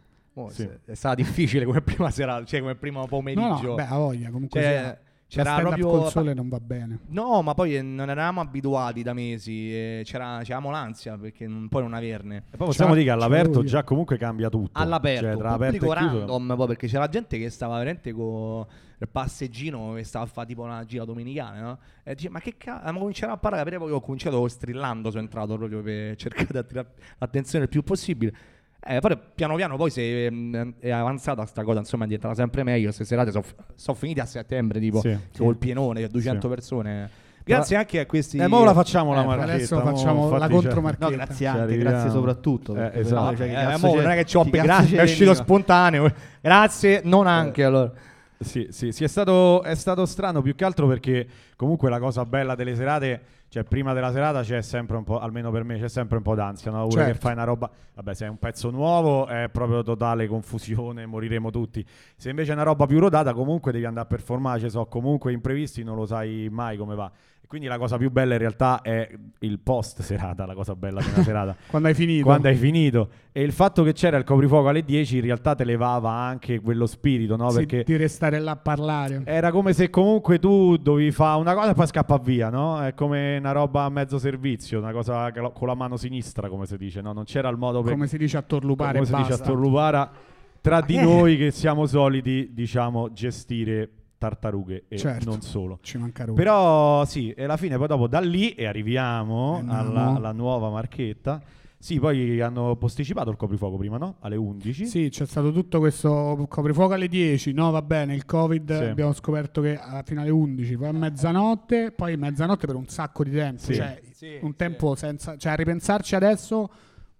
È stata difficile come prima serata, cioè come primo pomeriggio. No, a voglia, comunque c'era proprio col sole non va bene. No, ma poi non eravamo abituati da mesi, c'avevamo l'ansia perché poi non averne. E poi possiamo dire che all'aperto già comunque cambia tutto. All'aperto, tra pubblico random, poi perché c'era gente che stava veramente con il passeggino che stava a fare tipo una gira domenicale, no? E dice, ma che cazzo, ma cominciamo a parlare, perché poi ho cominciato strillando, sono entrato proprio per cercare di attirare l'attenzione il più possibile. Poi piano piano poi è avanzata sta cosa, insomma è diventata sempre meglio. Queste serate sono finite a settembre tipo col pienone, 200 persone. Grazie anche a questi. Mo la facciamo la marchetta. Adesso facciamo la contromarchetta. No, grazie soprattutto. Esatto. Non è che ci ho grazie, è uscito spontaneo. Grazie, non anche allora. Sì, è stato strano più che altro perché comunque la cosa bella delle serate, cioè prima della serata c'è sempre un po', almeno per me c'è sempre un po' d'ansia, no? Che fai una roba, vabbè, se è un pezzo nuovo è proprio totale confusione, moriremo tutti. Se invece è una roba più rodata comunque devi andare a performare, comunque imprevisti, non lo sai mai come va. Quindi la cosa più bella in realtà è il post serata, la cosa bella della serata. Quando hai finito. E il fatto che c'era il coprifuoco alle 10 in realtà te levava anche quello spirito, no? Perché di restare là a parlare. Era come se comunque tu dovevi fare una cosa e poi scappa via, no? È come una roba a mezzo servizio, una cosa con la mano sinistra, come si dice, no? Non c'era il modo per... Come si dice a Torlupare, come si dice a Torlupara, tra di noi che siamo soliti, diciamo, gestire tartarughe e non solo. Ci manca roba. Però sì, e alla fine poi dopo da lì e arriviamo alla nuova marchetta. Sì, poi hanno posticipato il coprifuoco prima, no? Alle 11. Sì, c'è stato tutto questo coprifuoco alle 10. No, va bene, il Covid abbiamo scoperto che fino alle 11, poi a mezzanotte, poi mezzanotte per un sacco di tempo. Sì. Cioè, un tempo senza... Cioè, a ripensarci adesso...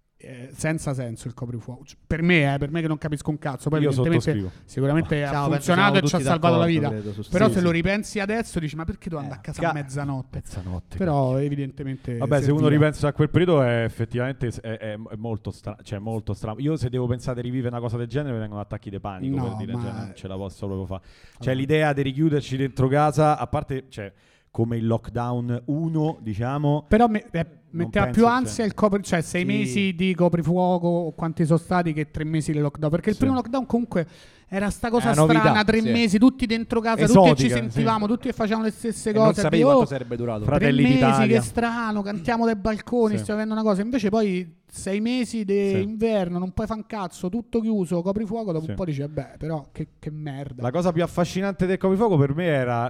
senza senso il coprifuoco per me che non capisco un cazzo. Poi io evidentemente sicuramente ha funzionato e ci ha salvato la vita, però se lo ripensi adesso dici ma perché devo andare a casa a mezzanotte, però evidentemente se uno ripensa a quel periodo è effettivamente è molto strano, cioè molto strano. Io se devo pensare di rivivere una cosa del genere mi vengono attacchi di panico, per dire, cioè, non ce la posso proprio fare. Cioè l'idea di richiuderci dentro casa, a parte come il lockdown 1, diciamo, però metteva più ansia il cioè 6 mesi di coprifuoco, quanti sono stati, che 3 mesi di lockdown, perché il primo lockdown comunque era sta cosa strana, 3 mesi tutti dentro casa, esotica, tutti ci sentivamo, tutti che facevano le stesse cose, non sapevi quanto sarebbe durato. 3 mesi, che strano, cantiamo dai balconi, stiamo avendo una cosa, invece poi 6 mesi di inverno, non puoi fare un cazzo, tutto chiuso, coprifuoco, dopo un po' dici vabbè, però che merda. La cosa più affascinante del coprifuoco per me era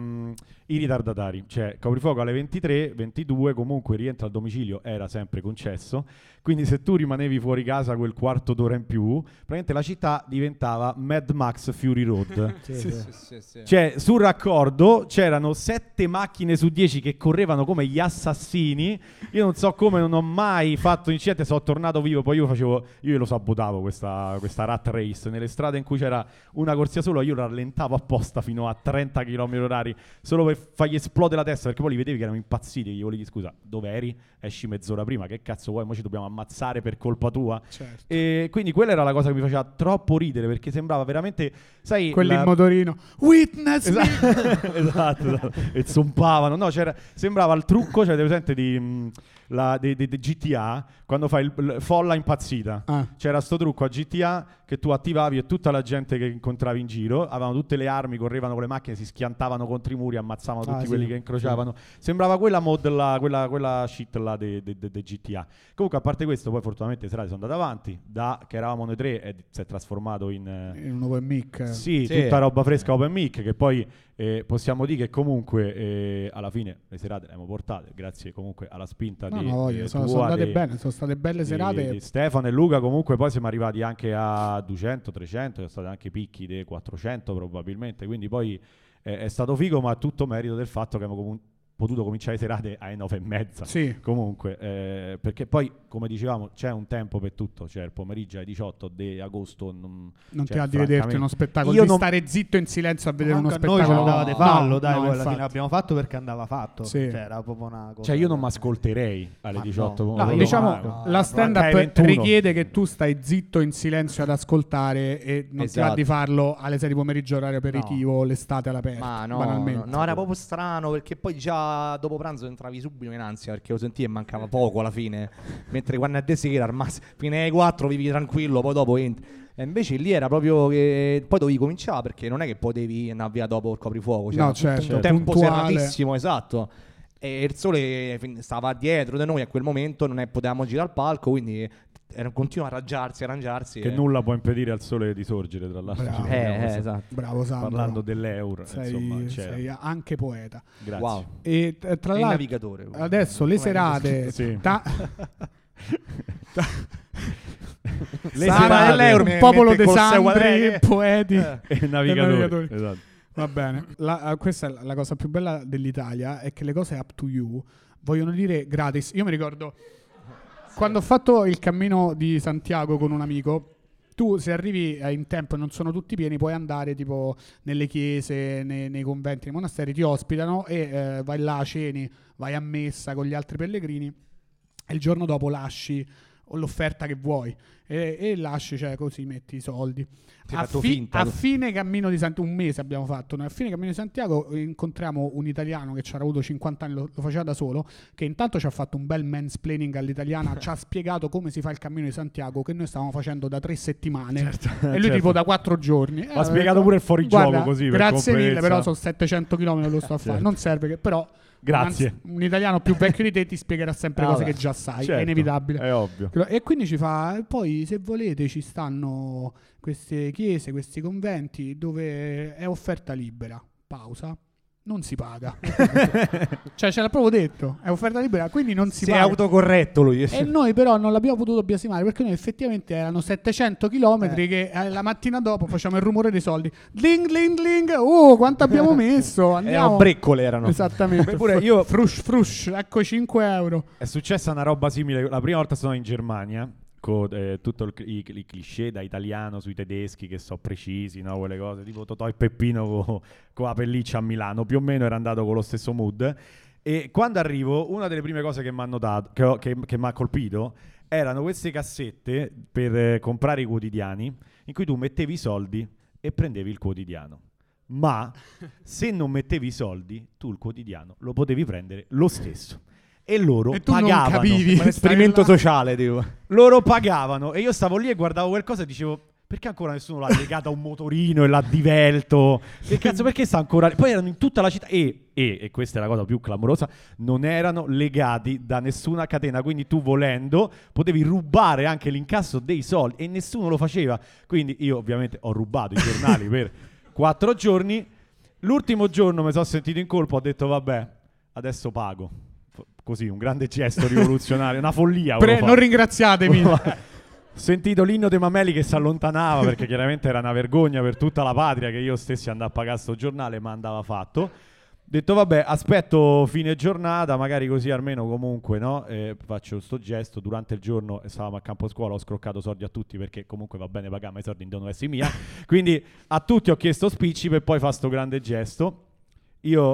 i ritardatari, cioè coprifuoco alle 23, 22, comunque rientra al domicilio era sempre concesso, quindi se tu rimanevi fuori casa quel quarto d'ora in più, praticamente la città diventava Mad Max Fury Road. Sì. Cioè sul raccordo c'erano 7 macchine su 10 che correvano come gli assassini. Io non so come, non ho mai fatto incidente, sono tornato vivo. Poi io lo sabotavo questa rat race nelle strade in cui c'era una corsia sola, io rallentavo apposta fino a 30 km/h solo per fargli esplodere la testa, perché poi li vedevi che erano impazziti. Gli volevi scusa, dove eri? Esci mezz'ora prima, che cazzo vuoi? Mo ci dobbiamo ammazzare per colpa tua? Certo. E quindi quella era la cosa che mi faceva troppo ridere, perché sembrava veramente, sai, quelli in motorino, witness me! esatto, e zompavano. No, sembrava il trucco, cioè presente di GTA, quando fai il folla impazzita. C'era sto trucco a GTA che tu attivavi e tutta la gente che incontravi in giro avevano tutte le armi, correvano con le macchine, si schiantavano contro i muri, ammazzavano tutti quelli che incrociavano. Sembrava quella mod là, quella shit là di GTA. Comunque, a parte questo, poi fortunatamente le serate sono andate avanti, che eravamo noi tre e si è trasformato in un open mic. Sì, tutta roba fresca open mic, che poi possiamo dire che comunque alla fine le serate le abbiamo portate grazie comunque alla spinta sono andate bene, sono state belle serate di Stefano e Luca. Comunque poi siamo arrivati anche a 200, 300, sono stati anche picchi dei 400 probabilmente, quindi poi è stato figo, ma tutto merito del fatto che abbiamo potuto cominciare le serate alle 9:30. Sì. Comunque, perché poi, come dicevamo, c'è un tempo per tutto. Cioè, il pomeriggio alle 18 di agosto non ti va di vederti uno spettacolo, stare zitto in silenzio a vedere uno spettacolo. Noi ci andavate fallo, poi alla fine l'abbiamo fatto perché andava fatto. Sì. Cioè, era proprio una cosa. Cioè, io non mi ascolterei alle 18. La stand-up richiede che tu stai zitto in silenzio ad ascoltare, e non ti va di farlo alle 6 di pomeriggio, orario aperitivo, l'estate all'aperto. Ma banalmente. No, era proprio strano, perché poi già dopo pranzo entravi subito in ansia, perché lo sentivi e mancava poco alla fine, mentre quando è de sera fino alle 4 vivi tranquillo, poi dopo entri. E invece lì era proprio che poi dovevi cominciare, perché non è che potevi andare via dopo il coprifuoco, no, certo, un tempo serratissimo, esatto, e il sole stava dietro di noi a quel momento, non potevamo girare al palco, quindi continua a arrangiarsi. Che nulla può impedire al sole di sorgere, tra l'altro. Bravo, esatto. Bravo Sandro. Parlando dell'euro, sei anche poeta. Grazie. Wow. E tra l'altro navigatore. Adesso le serate le serate dell'euro, un popolo dei Sandri, poeti e navigatori. Esatto. Va bene. Questa è la cosa più bella dell'Italia, è che le cose up to you vogliono dire gratis. Io mi ricordo quando ho fatto il cammino di Santiago con un amico, tu se arrivi in tempo e non sono tutti pieni, puoi andare tipo nelle chiese, nei conventi, nei monasteri, ti ospitano e vai là, ceni, vai a messa con gli altri pellegrini e il giorno dopo lasci l'offerta che vuoi e lasci, cioè così metti i soldi. Finta. A fine cammino di Santiago, un mese abbiamo fatto, noi a fine cammino di Santiago incontriamo un italiano che ci era avuto 50 anni, lo faceva da solo, che intanto ci ha fatto un bel mansplaining all'italiana, ci ha spiegato come si fa il cammino di Santiago che noi stavamo facendo da 3 settimane e lui tipo da 4 giorni. Ha spiegato pure il fuorigioco così. Grazie mille, però sono 700 km lo sto a fare, non serve che però... Grazie. Un italiano più vecchio di te ti spiegherà sempre cose che già sai, è inevitabile. È ovvio. E quindi ci fa, poi se volete ci stanno queste chiese, questi conventi dove è offerta libera, pausa, non si paga. Cioè ce l'ha proprio detto, è offerta libera, quindi non si paga. È autocorretto lui. E noi però non l'abbiamo potuto biasimare perché noi effettivamente erano 700 km che la mattina dopo facciamo il rumore dei soldi. Dling dling dling, quanto abbiamo messo? Andiamo. Breccole erano. Esattamente. Pure io frush, ecco 5 euro. È successa una roba simile. La prima volta sono in Germania con tutto i cliché da italiano sui tedeschi che so precisi, no? Quelle cose tipo Totò e Peppino con la pelliccia a Milano, più o meno era andato con lo stesso mood. E quando arrivo, una delle prime cose che mi hanno dato, che mi ha colpito, erano queste cassette per comprare i quotidiani in cui tu mettevi i soldi e prendevi il quotidiano. Ma se non mettevi i soldi, tu il quotidiano lo potevi prendere lo stesso. E loro pagavano. Non capivi. Un esperimento sociale, tipo. Loro pagavano e io stavo lì e guardavo qualcosa e dicevo: perché ancora nessuno l'ha legata a un motorino e l'ha divelto? Che cazzo, perché sta ancora? Poi erano in tutta la città e questa è la cosa più clamorosa, non erano legati da nessuna catena, quindi tu volendo potevi rubare anche l'incasso dei soldi e nessuno lo faceva. Quindi io ovviamente ho rubato i giornali per 4 giorni. L'ultimo giorno mi sono sentito in colpa, ho detto vabbè, adesso pago. Così, un grande gesto rivoluzionario, una follia. Non ringraziatemi. Ho sentito l'inno dei Mameli che si allontanava perché chiaramente era una vergogna per tutta la patria che io stessi andavo a pagare sto giornale, ma andava fatto. Ho detto vabbè, aspetto fine giornata, magari così almeno comunque no, faccio sto gesto. Durante il giorno stavamo a campo scuola, ho scroccato soldi a tutti perché comunque va bene pagare, ma i soldi non devono essere mia. Quindi a tutti ho chiesto spicci per poi fare sto grande gesto. Io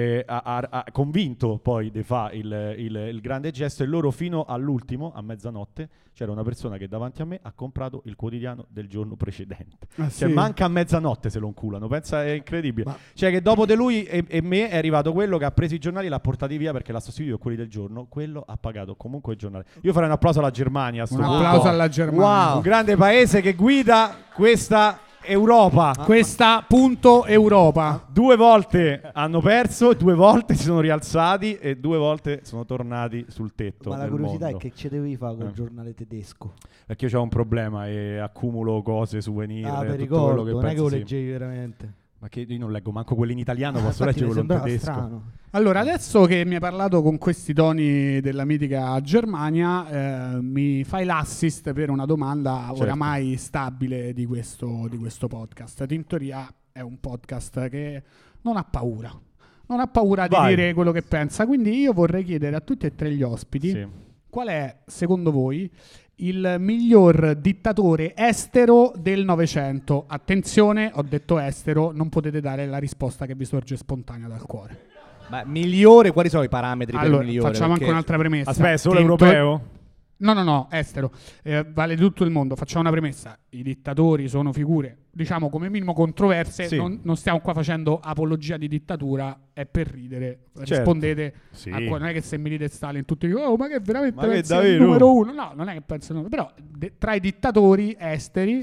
convinto poi di fare il grande gesto, e loro fino all'ultimo, a mezzanotte, c'era una persona che davanti a me ha comprato il quotidiano del giorno precedente. Cioè manca a mezzanotte se lo inculano, pensa, è incredibile. Cioè che dopo di lui e me è arrivato quello che ha preso i giornali e l'ha portati via perché l'ha sostituito a quelli del giorno, quello ha pagato comunque il giornale. Io farei un applauso alla Germania. Un applauso alla Germania. Un grande paese che guida questa Europa, questa punto Europa. 2 volte hanno perso, 2 volte si sono rialzati e 2 volte sono tornati sul tetto. Ma la curiosità mondo. è che ce devi fare col giornale tedesco? Perché io ho un problema e accumulo cose, souvenir. Per tutto ricordo, quello che non è che lo sì. leggevi veramente. Ma che io non leggo manco quelli in italiano, posso leggere quello in tedesco. Strano. Allora, adesso che mi hai parlato con questi toni della mitica Germania, mi fai l'assist per una domanda oramai stabile di questo podcast. Tintoria è un podcast che non ha paura. Non ha paura di dire quello che pensa. Quindi io vorrei chiedere a tutti e 3 gli ospiti qual è, secondo voi, il miglior dittatore estero del Novecento. Attenzione, ho detto estero, non potete dare la risposta che vi sorge spontanea dal cuore. Ma migliore, quali sono i parametri per il migliore? Facciamo anche un'altra premessa. Aspetta, solo europeo? No, estero. Vale tutto il mondo. Facciamo una premessa. I dittatori sono figure, diciamo, come minimo controverse. Non stiamo qua facendo apologia di dittatura, è per ridere. Rispondete a non è che se mi dite Stalin tutti dicono ma che veramente pensi il numero 1. No, non è che penso il numero. Però tra i dittatori esteri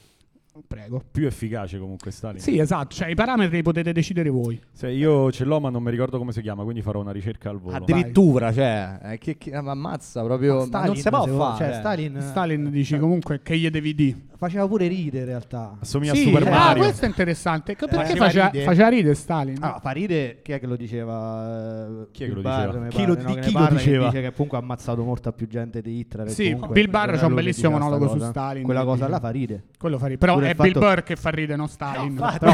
prego. Più efficace comunque Stalin. Sì, esatto, cioè i parametri li potete decidere voi. Io ce l'ho ma non mi ricordo come si chiama, quindi farò una ricerca al volo. Addirittura, cioè, che ammazza proprio. Stalin, non si può fare. Cioè, Stalin dici comunque che gli devi dire. Faceva pure ridere in realtà. Assomiglia a Super Mario. Questo è interessante. Perché faceva ridere Stalin? Fa ridere, chi è che lo diceva? Chi è che lo diceva? Chi lo diceva? Che dice che comunque ha ammazzato molta più gente di Hitler. Sì, Bill Burr c'ha un bellissimo monologo su Stalin. Quella cosa là fa ridere. Quello fa ridere. Però è Bill Burr che fa ridere, non Stalin.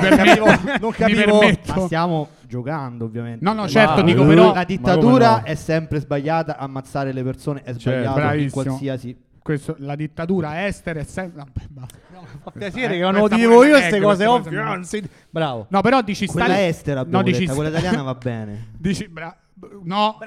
Non capivo. Ma stiamo giocando ovviamente. No, certo, dico però la dittatura è sempre sbagliata, ammazzare le persone è sbagliato in qualsiasi. La dittatura estera è sempre. Fa piacere che non lo dico io queste cose ovvie. Bravo. No, però dici quella Stalin. estera, quella italiana va bene. Dici No,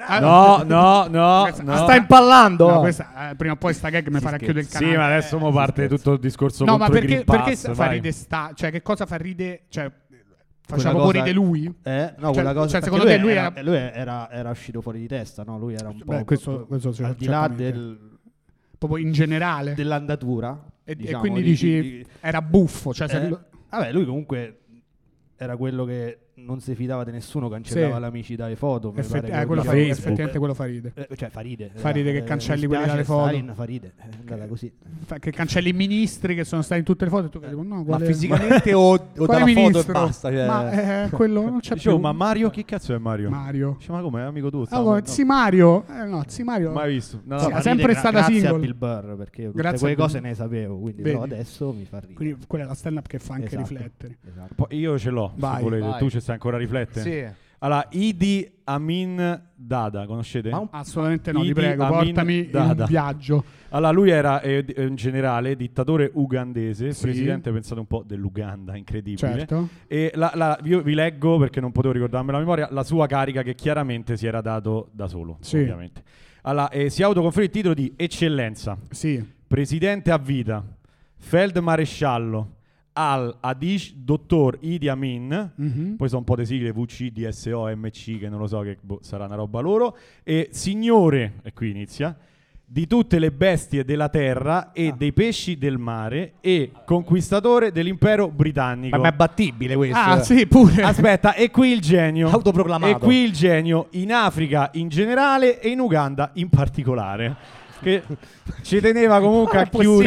sta impallando. No, questa, prima o poi sta gag mi farà chiudere il canale. Sì, ma adesso mo parte tutto il discorso no, contro ma il Green perché Pass, fa ride cioè che cosa fa ride, cioè faceva Quella ride lui? No, cioè, quella cosa, cioè secondo te lui era uscito fuori di testa, no? Lui era un po' questo al di là proprio in generale dell'andatura e diciamo, quindi dici era buffo, cioè vabbè, lui comunque era quello che non si fidava di nessuno, cancellava l'amici dalle foto. Effettivamente quello fa ride. Cioè fa ride. Fa ride che cancelli quelli dalle foto. Stalin fa ride, è andata così. Che cancelli i ministri che sono stati in tutte le foto e tu dico, no, ma fisicamente o dalla foto e basta. Cioè. Ma quello non c'è più. Ma Mario, che cazzo è Mario? Dice, ma come, è amico tuo? Zi Mario. No, Zi Mario. Mai visto. No, è sempre stata grazie single. a Bill Burr, perché tutte quelle cose ne sapevo, quindi però adesso mi fa ridere. Quindi quella è la stand up che fa anche riflettere. Esatto. Poi io ce l'ho, se volete. Tu ci stai ancora a riflettere? Sì. Allora, Idi Amin Dada, conoscete? Assolutamente no, Idi ti prego, Amin portami Dada. in un viaggio. Allora, lui era un generale, dittatore ugandese, presidente, pensate un po', dell'Uganda, incredibile. Certo. E io vi leggo, perché non potevo ricordarmi la memoria, la sua carica che chiaramente si era dato da solo, ovviamente. Allora, si autoconferì il titolo di eccellenza, presidente a vita, feldmaresciallo, al-Adish, dottor Idi Amin, poi sono un po' di sigle VCDSOMC che non lo so, che sarà una roba loro, e signore, e qui inizia, di tutte le bestie della terra e dei pesci del mare e conquistatore dell'impero britannico. Ma è battibile questo. Ah, sì, pure. Aspetta, e qui il genio. Autoproclamato. E qui il genio in Africa in generale e in Uganda in particolare. Che ci teneva comunque a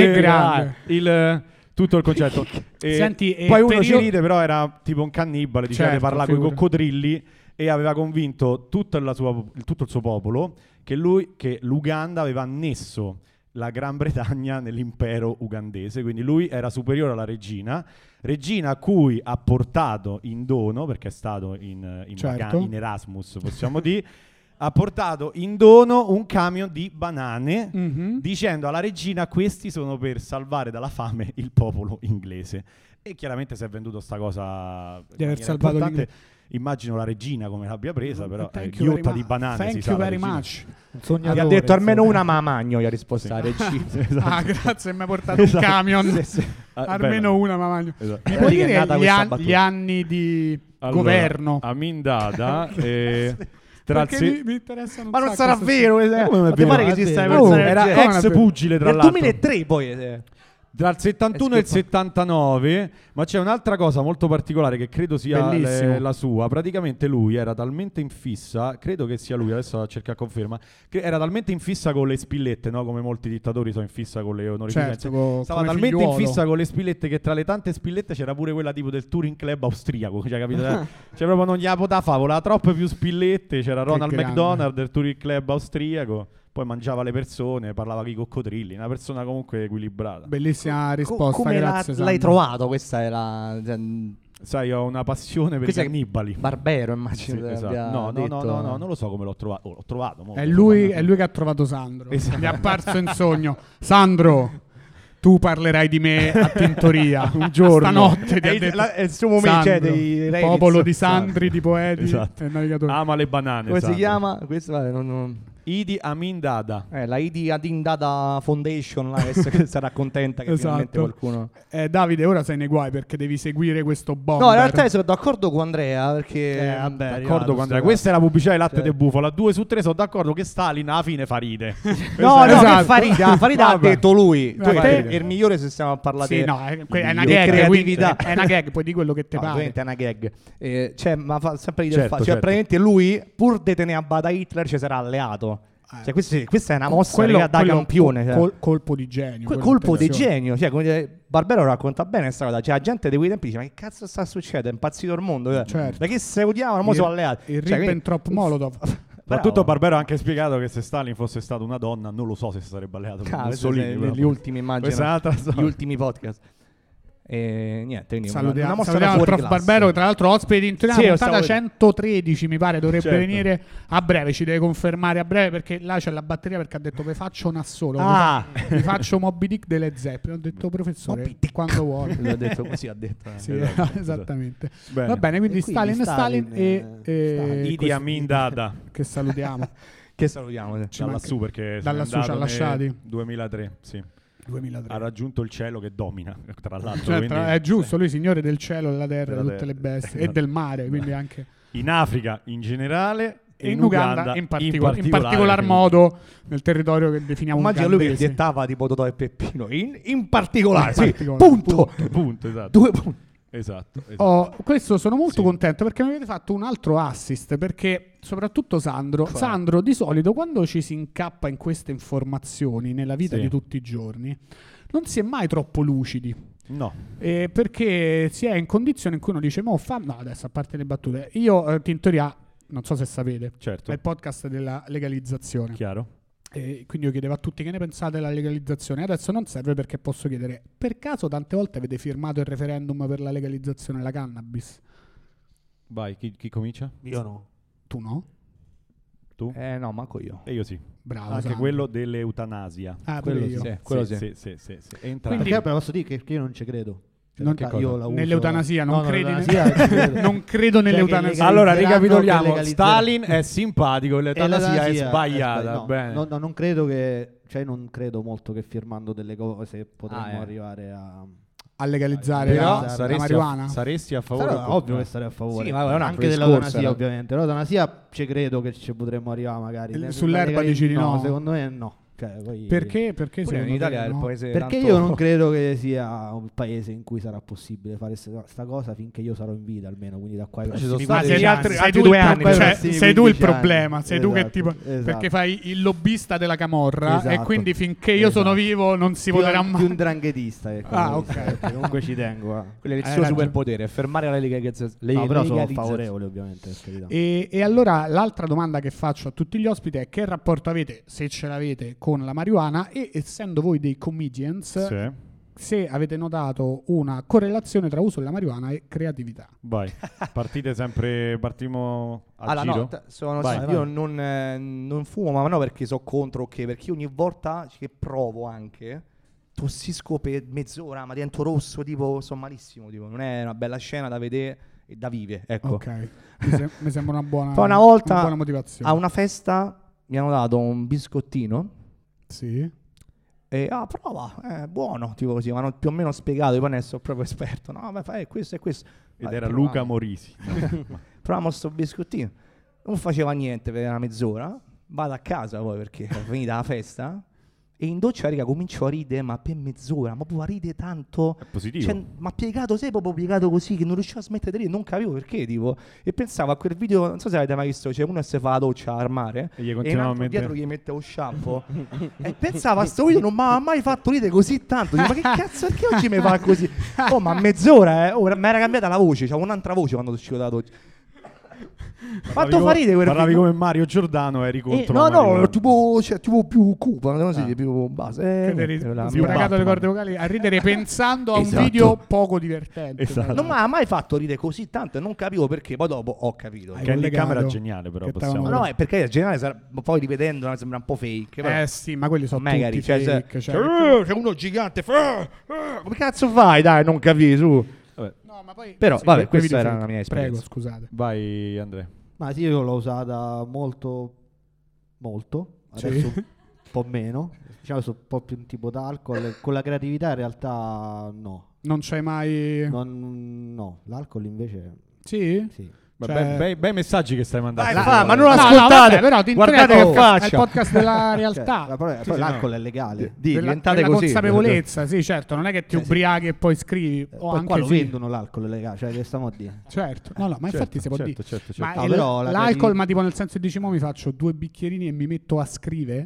chiudere tutto il concetto. Senti, poi uno ci ride, però era tipo un cannibale, diceva, parlava con i coccodrilli e aveva convinto tutto il suo popolo che l'Uganda aveva annesso la Gran Bretagna nell'impero ugandese, quindi lui era superiore alla regina a cui ha portato in dono, perché è stato in Erasmus, possiamo dire, ha portato in dono un camion di banane, dicendo alla regina: questi sono per salvare dalla fame il popolo inglese. E chiaramente si è venduto sta cosa di aver salvato l'inglese. Immagino la regina come l'abbia presa, però ghiotta di banane. Thank you very much. Gli ha detto almeno una ma magno, gli ha risposto la regina. Ah, grazie, mi ha portato un camion. Almeno una ma magno. Mi puoi dire gli anni di governo? Amin Dada mi interessano. Ma non sarà vero, ti pare che esista era ex pugile, tra l'altro. Nel 2003 poi tra il 71 e il 79, ma c'è un'altra cosa molto particolare che credo sia la sua. Praticamente lui era talmente in fissa, credo che sia lui, adesso cerca conferma, che era talmente in fissa con le spillette, no? Come molti dittatori sono in fissa con le onorificenze. Stava talmente in fissa con le spillette che tra le tante spillette c'era pure quella tipo del Touring Club austriaco, cioè, capito? Cioè proprio non gliela poteva fare, voleva troppe più spillette, c'era Ronald McDonald del Touring Club austriaco. Poi mangiava le persone, parlava con i coccodrilli, una persona comunque equilibrata. Bellissima risposta, come grazie. L'hai trovato? Questa è la... Sai, ho una passione per i cannibali. Barbero, immagino. Sì, esatto. No, non lo so come l'ho trovato. L'ho trovato. È lui che ha trovato Sandro. Esatto. Mi è apparso in sogno. Sandro, tu parlerai di me a Tintoria un giorno. Stanotte ti ha detto, è il suo momento, Sandro, il popolo di Sandri, di poeti e navigatori. Ama le banane. Come si chiama? Questo non... Idi Amin Dada. La Idi Amin Dada Foundation là, che sarà contenta che finalmente qualcuno... Davide, ora sei nei guai perché devi seguire questo bomber. No, in realtà sono d'accordo con Andrea perché... d'accordo con Andrea. Questa è la pubblicità di latte de bufala. 2 su 3 sono d'accordo che Stalin alla fine fa ride. No, Farida ha detto lui. È il migliore se stiamo a parlare di... Sì, no, è una gag, creatività. È una gag, poi di quello che te pare. Ovviamente è una gag. Ma fa sempre ridere il fatto. Cioè, praticamente lui, pur di tenere a bada Hitler, ci sarà alleato. Cioè, questa è una mossa da campione. Colpo di genio. Colpo di genio. Cioè, come Barbero racconta bene questa cosa. Cioè, la gente di quei tempi dice: ma che cazzo sta succedendo? È impazzito il mondo. Certo. Da che se odiavano, mo sono alleati. Il Ribbentrop Molotov. Soprattutto Barbero ha anche spiegato che se Stalin fosse stata una donna, non lo so se sarebbe alleato con Mussolini. Negli ultimi, immagino. Questa è un'altra storia. Gli ultimi podcast. E niente, quindi salutiamo il prof Barbero, che tra l'altro ospite di Tintoria, puntata 113 mi pare dovrebbe venire a breve, ci deve confermare a breve, perché là c'è la batteria, perché ha detto vi faccio una sola, vi faccio Moby Dick delle Zeppelin. Ho detto professore quando vuole. L'ho detto così, ha detto. Sì, esattamente. Va bene, quindi Stalin e Idi Amin Dada, che salutiamo. Che salutiamo da lassù, perché da lassù ci ha lasciati 2003, sì. 2003. Ha raggiunto il cielo che domina, tra l'altro. Cioè, quindi, è giusto, lui signore del cielo, della terra, di tutte le bestie e del mare, quindi anche in Africa in generale e in Uganda in particolar modo nel territorio che definiamo immagino lui che dettava tipo Totò e Peppino in particolare, punto, esatto. 2 punti. Esatto. Questo sono molto contento, perché mi avete fatto un altro assist, perché soprattutto Sandro di solito quando ci si incappa in queste informazioni nella vita di tutti i giorni non si è mai troppo lucidi. No. Perché si è in condizione in cui uno dice no, adesso a parte le battute, io Tintoria, non so se sapete, è il podcast della legalizzazione. Chiaro. Quindi io chiedevo a tutti che ne pensate della legalizzazione. Adesso non serve, perché posso chiedere: per caso tante volte avete firmato il referendum per la legalizzazione della cannabis? Vai, chi comincia? Io no. Tu no? Tu? No, manco io. E io sì. Bravo. Anche Sandro. quello dell'eutanasia. Quello io. Sì. Entra. Quindi posso dire che io non ci credo. Io la uso nell'eutanasia, non non credo nell'eutanasia. Allora ricapitoliamo: Stalin è simpatico, l'eutanasia è sbagliata. No, non credo che, non credo molto che firmando delle cose potremmo arrivare a legalizzare la marijuana. Saresti a favore? Ovvio che sarei a favore. Sì, ma anche dell'eutanasia, ovviamente. L'eutanasia ci credo che ci potremmo arrivare magari. Sull'erba dici di no? Secondo me no. Perché in Italia è il paese perché io non credo che sia un paese in cui sarà possibile fare questa cosa finché io sarò in vita, almeno, quindi da qua sei tu il problema, sei tu che tipo perché fai il lobbista della camorra, e quindi finché io sono vivo non si potrà mai più un dranghetista, ok. Comunque ci tengo quello è il suo superpotere, fermare la legalizzazione. No, però sono favorevole, ovviamente, e allora l'altra domanda che faccio a tutti gli ospiti è: che rapporto avete, se ce l'avete, con la marijuana, e essendo voi dei comedians, se avete notato una correlazione tra uso della marijuana e creatività. Vai, partiamo a giro. Io non fumo, ma no perché sono contro, perché ogni volta che provo anche tossisco per mezz'ora, ma divento rosso, tipo sono malissimo, tipo non è una bella scena da vedere e da vivere, ecco. Ok, mi sembra una buona Poi una volta buona motivazione. a una festa mi hanno dato un biscottino. Sì. E prova, è buono, tipo così, ma hanno più o meno spiegato, poi ne sono proprio esperto. No, ma fai questo e questo. Ed era Luca Morisi. Proviamo sto biscottino. Non faceva niente per una mezz'ora. Vado a casa poi, perché è finita la festa. E in doccia, raga, comincio a ridere, ma per mezz'ora, ma proprio a ridere tanto. È positivo. Ma piegato, sei proprio piegato così, che non riuscivo a smettere di ridere, non capivo perché, tipo. E pensavo a quel video, non so se avete mai visto, c'è uno che si fa la doccia al mare, e un altro dietro gli mette lo shampoo. E pensavo a sto video non mi ha mai fatto ridere così tanto. Dico, ma che cazzo, perché oggi mi fa così? Oh, ma mezz'ora, mi era cambiata la voce, c'avevo un'altra voce quando uscivo dalla doccia. Quanto fa ridere quel parlavi video? come Mario Giordano, eri contro no, tipo più cupa, così, più base. Sbragato le corde vocali a ridere pensando a un video poco divertente. Non mi ha mai fatto ridere così tanto e non capivo perché, poi dopo ho capito. Candy Camera è geniale, però possiamo... No, è perché è geniale, poi rivedendo sembra un po' fake. Sì, ma quelli sono magari, tutti fake. C'è uno gigante, come cazzo fai? Dai, non capisci su. No, ma poi però vabbè, questa era la mia esperienza. Prego, scusate. Vai, Andrea. Ma sì, io l'ho usata molto, adesso un po' meno, diciamo un po' più un tipo d'alcol, con la creatività in realtà no. Non c'hai mai... No, l'alcol invece... Sì? Sì. Bei messaggi che stai mandando. Ma non ascoltate, però guardate che faccia. È il podcast della realtà. Poi l'alcol è legale. Diventate così. Consapevolezza, sì, certo, non è che ti ubriachi e poi scrivi. Poi qua lo vendono l'alcol legale, cioè che stiamo a dire. Certo, ma infatti si può dire. Certo. Ma però l'alcol, ma tipo nel senso che mi faccio 2 bicchierini e mi metto a scrivere.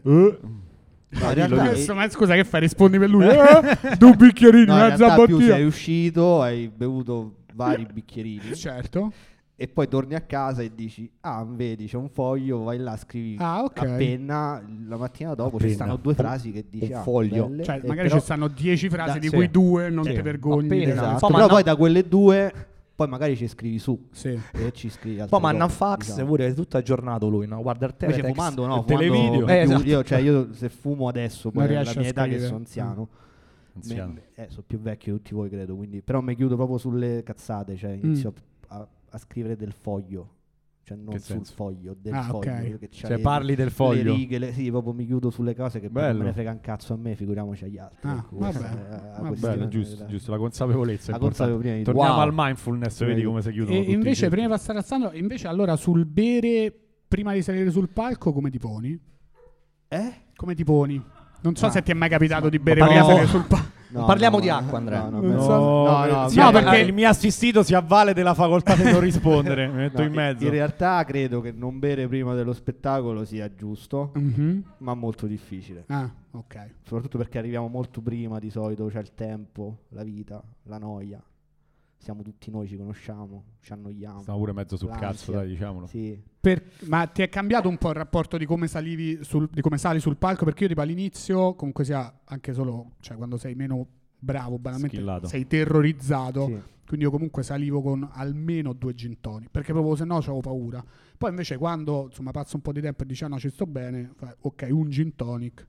Ma scusa, che fai? Rispondi per lui? 2 bicchierini, mezza bottiglia. Tu sei uscito, hai bevuto vari bicchierini. Certo. e poi torni a casa e dici vedi c'è un foglio, vai là, scrivi a penna, la mattina dopo ci stanno 2 frasi che dici un foglio, belle, cioè magari però, ci stanno 10 frasi di cui 2 non te vergogni, esatto. Però poi da quelle 2 poi magari ci scrivi su e ci scrivi altre poi manna un cose, fax, diciamo. Pure tutto aggiornato lui, no? Guarda il teletext, fumando no, televideo, esatto. io se fumo adesso poi non alla mia età che sono anziano. sono più vecchio di tutti voi credo, quindi però mi chiudo proprio sulle cazzate, cioè inizio a scrivere del foglio, cioè non sul foglio, del foglio, che cioè parli del foglio, le righe, sì, proprio mi chiudo sulle cose che non me ne frega un cazzo a me, figuriamoci agli altri. Bello, giusto, la consapevolezza. Torniamo al mindfulness, vedi come si chiudono. E invece prima di passare a Sandro, invece allora sul bere prima di salire sul palco come ti poni? Come ti poni? Non so se ti è mai capitato di bere prima di salire sul palco. Parliamo di acqua, Andrea. No, perché il mio assistito si avvale della facoltà di non rispondere. Mi metto in mezzo. In realtà credo che non bere prima dello spettacolo sia giusto, ma molto difficile. Ok. Soprattutto perché arriviamo molto prima di solito, c'è il tempo, la vita, la noia. Siamo tutti noi, ci conosciamo, ci annoiamo. Stiamo pure mezzo sul cazzo, dai, diciamolo. Sì. Ma ti è cambiato un po' il rapporto di come sali sul palco? Perché io tipo all'inizio, comunque sia anche solo, cioè quando sei meno bravo, banalmente sei terrorizzato. Sì. Quindi io comunque salivo con almeno 2 gin tonic, perché proprio se no c'avevo paura. Poi invece quando insomma passa un po' di tempo e dici no, ci sto bene, ok, un gin tonic,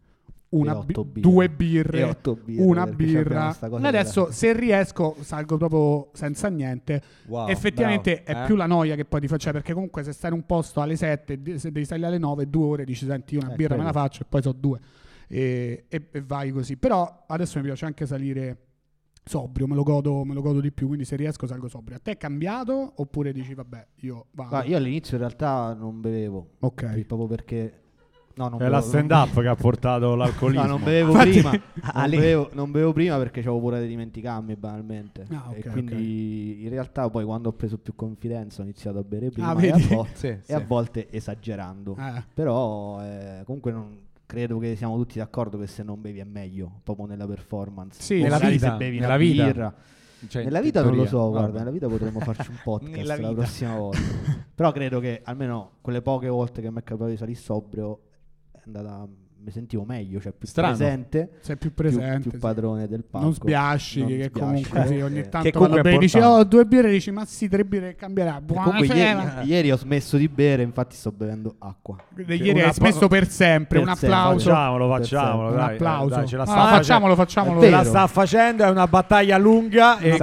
2 birre, una birra. Adesso se riesco salgo proprio senza niente. Effettivamente è più la noia che poi ti faccia, perché comunque se stai in un posto alle 7, se devi salire alle 9, 2 ore dici senti una birra me la faccio e poi so 2 e vai così. Però adesso mi piace anche salire sobrio, me lo godo di più, quindi se riesco salgo sobrio. A te è cambiato oppure dici vabbè io vado? Io all'inizio in realtà non bevevo, proprio perché è la stand-up che ha portato l'alcolismo. Non bevevo prima. Non bevevo prima perché avevo paura di dimenticarmi banalmente. E quindi in realtà poi quando ho preso più confidenza ho iniziato a bere prima e a volte esagerando. Però comunque non credo che siamo tutti d'accordo che se non bevi è meglio, proprio nella performance. Sì, nella vita, se bevi una birra. Cioè, nella vita non lo so, guarda, nella vita potremmo farci un podcast la prossima volta. Però credo che almeno quelle poche volte che mi è capitato di salire sobrio mi sentivo meglio, cioè più presente. Sei più presente, più padrone del palco. Non sbiascichi, che comunque ogni tanto quando bevi dici 2 birre, dici ma sì, 3 birre cambierà. Ieri ho smesso di bere, infatti sto bevendo acqua. Ieri hai smesso per sempre. Un applauso. Facciamolo, un applauso. Dai, facciamolo. La sta facendo, è una battaglia lunga e